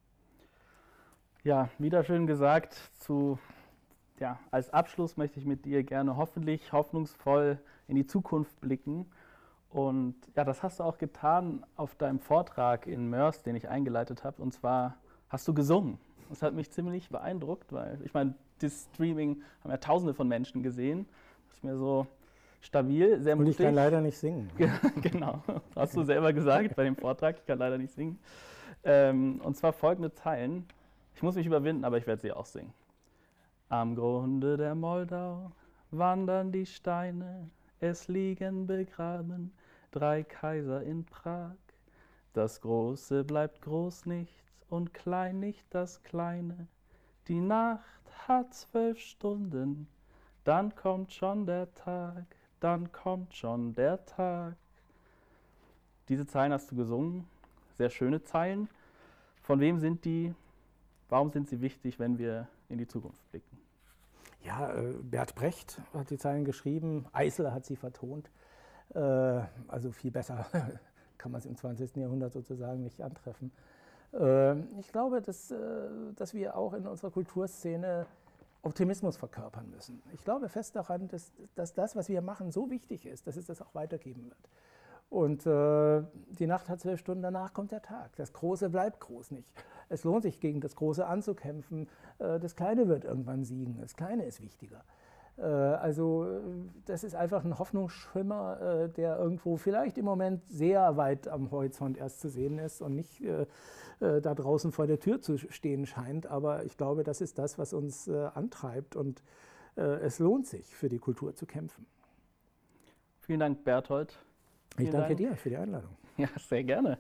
Ja, wieder schön gesagt. Als Abschluss möchte ich mit dir gerne hoffentlich hoffnungsvoll in die Zukunft blicken. Und ja, das hast du auch getan auf deinem Vortrag in Moers, den ich eingeleitet habe. Und zwar hast du gesungen. Das hat mich ziemlich beeindruckt, weil ich meine, das Streaming haben ja Tausende von Menschen gesehen. Das ist mir so stabil, sehr mutig. Und ich kann leider nicht singen. Genau, hast du selber gesagt bei dem Vortrag. Ich kann leider nicht singen. Und zwar folgende Zeilen. Ich muss mich überwinden, aber ich werde sie auch singen. Am Grunde der Moldau wandern die Steine. Es liegen begraben 3 Kaiser in Prag. Das Große bleibt groß nicht und klein nicht das Kleine. Die Nacht hat 12 Stunden, dann kommt schon der Tag, dann kommt schon der Tag. Diese Zeilen hast du gesungen, sehr schöne Zeilen. Von wem sind die? Warum sind sie wichtig, wenn wir in die Zukunft blicken? Ja, Bert Brecht hat die Zeilen geschrieben, Eisler hat sie vertont. Also viel besser kann man es im 20. Jahrhundert sozusagen nicht antreffen. Ich glaube, dass wir auch in unserer Kulturszene Optimismus verkörpern müssen. Ich glaube fest daran, dass das, was wir machen, so wichtig ist, dass es das auch weitergeben wird. Und die Nacht hat 12 Stunden, danach kommt der Tag. Das Große bleibt groß nicht. Es lohnt sich, gegen das Große anzukämpfen. Das Kleine wird irgendwann siegen. Das Kleine ist wichtiger. Also das ist einfach ein Hoffnungsschimmer, der irgendwo vielleicht im Moment sehr weit am Horizont erst zu sehen ist und nicht da draußen vor der Tür zu stehen scheint. Aber ich glaube, das ist das, was uns antreibt. Und es lohnt sich, für die Kultur zu kämpfen. Vielen Dank, Berthold. Ich danke dir für die Einladung. Ja, sehr gerne.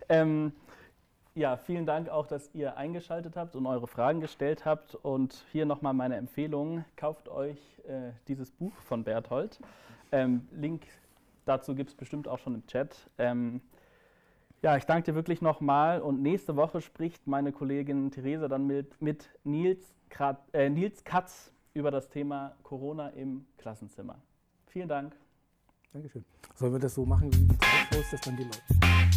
Vielen Dank auch, dass ihr eingeschaltet habt und eure Fragen gestellt habt. Und hier nochmal meine Empfehlung, kauft euch dieses Buch von Berthold. Link dazu gibt es bestimmt auch schon im Chat. Ich danke dir wirklich nochmal. Und nächste Woche spricht meine Kollegin Theresa dann mit Nils Katz über das Thema Corona im Klassenzimmer. Vielen Dank. Dankeschön. Sollen wir das so machen wie die Talkshows, dass dann die Leute...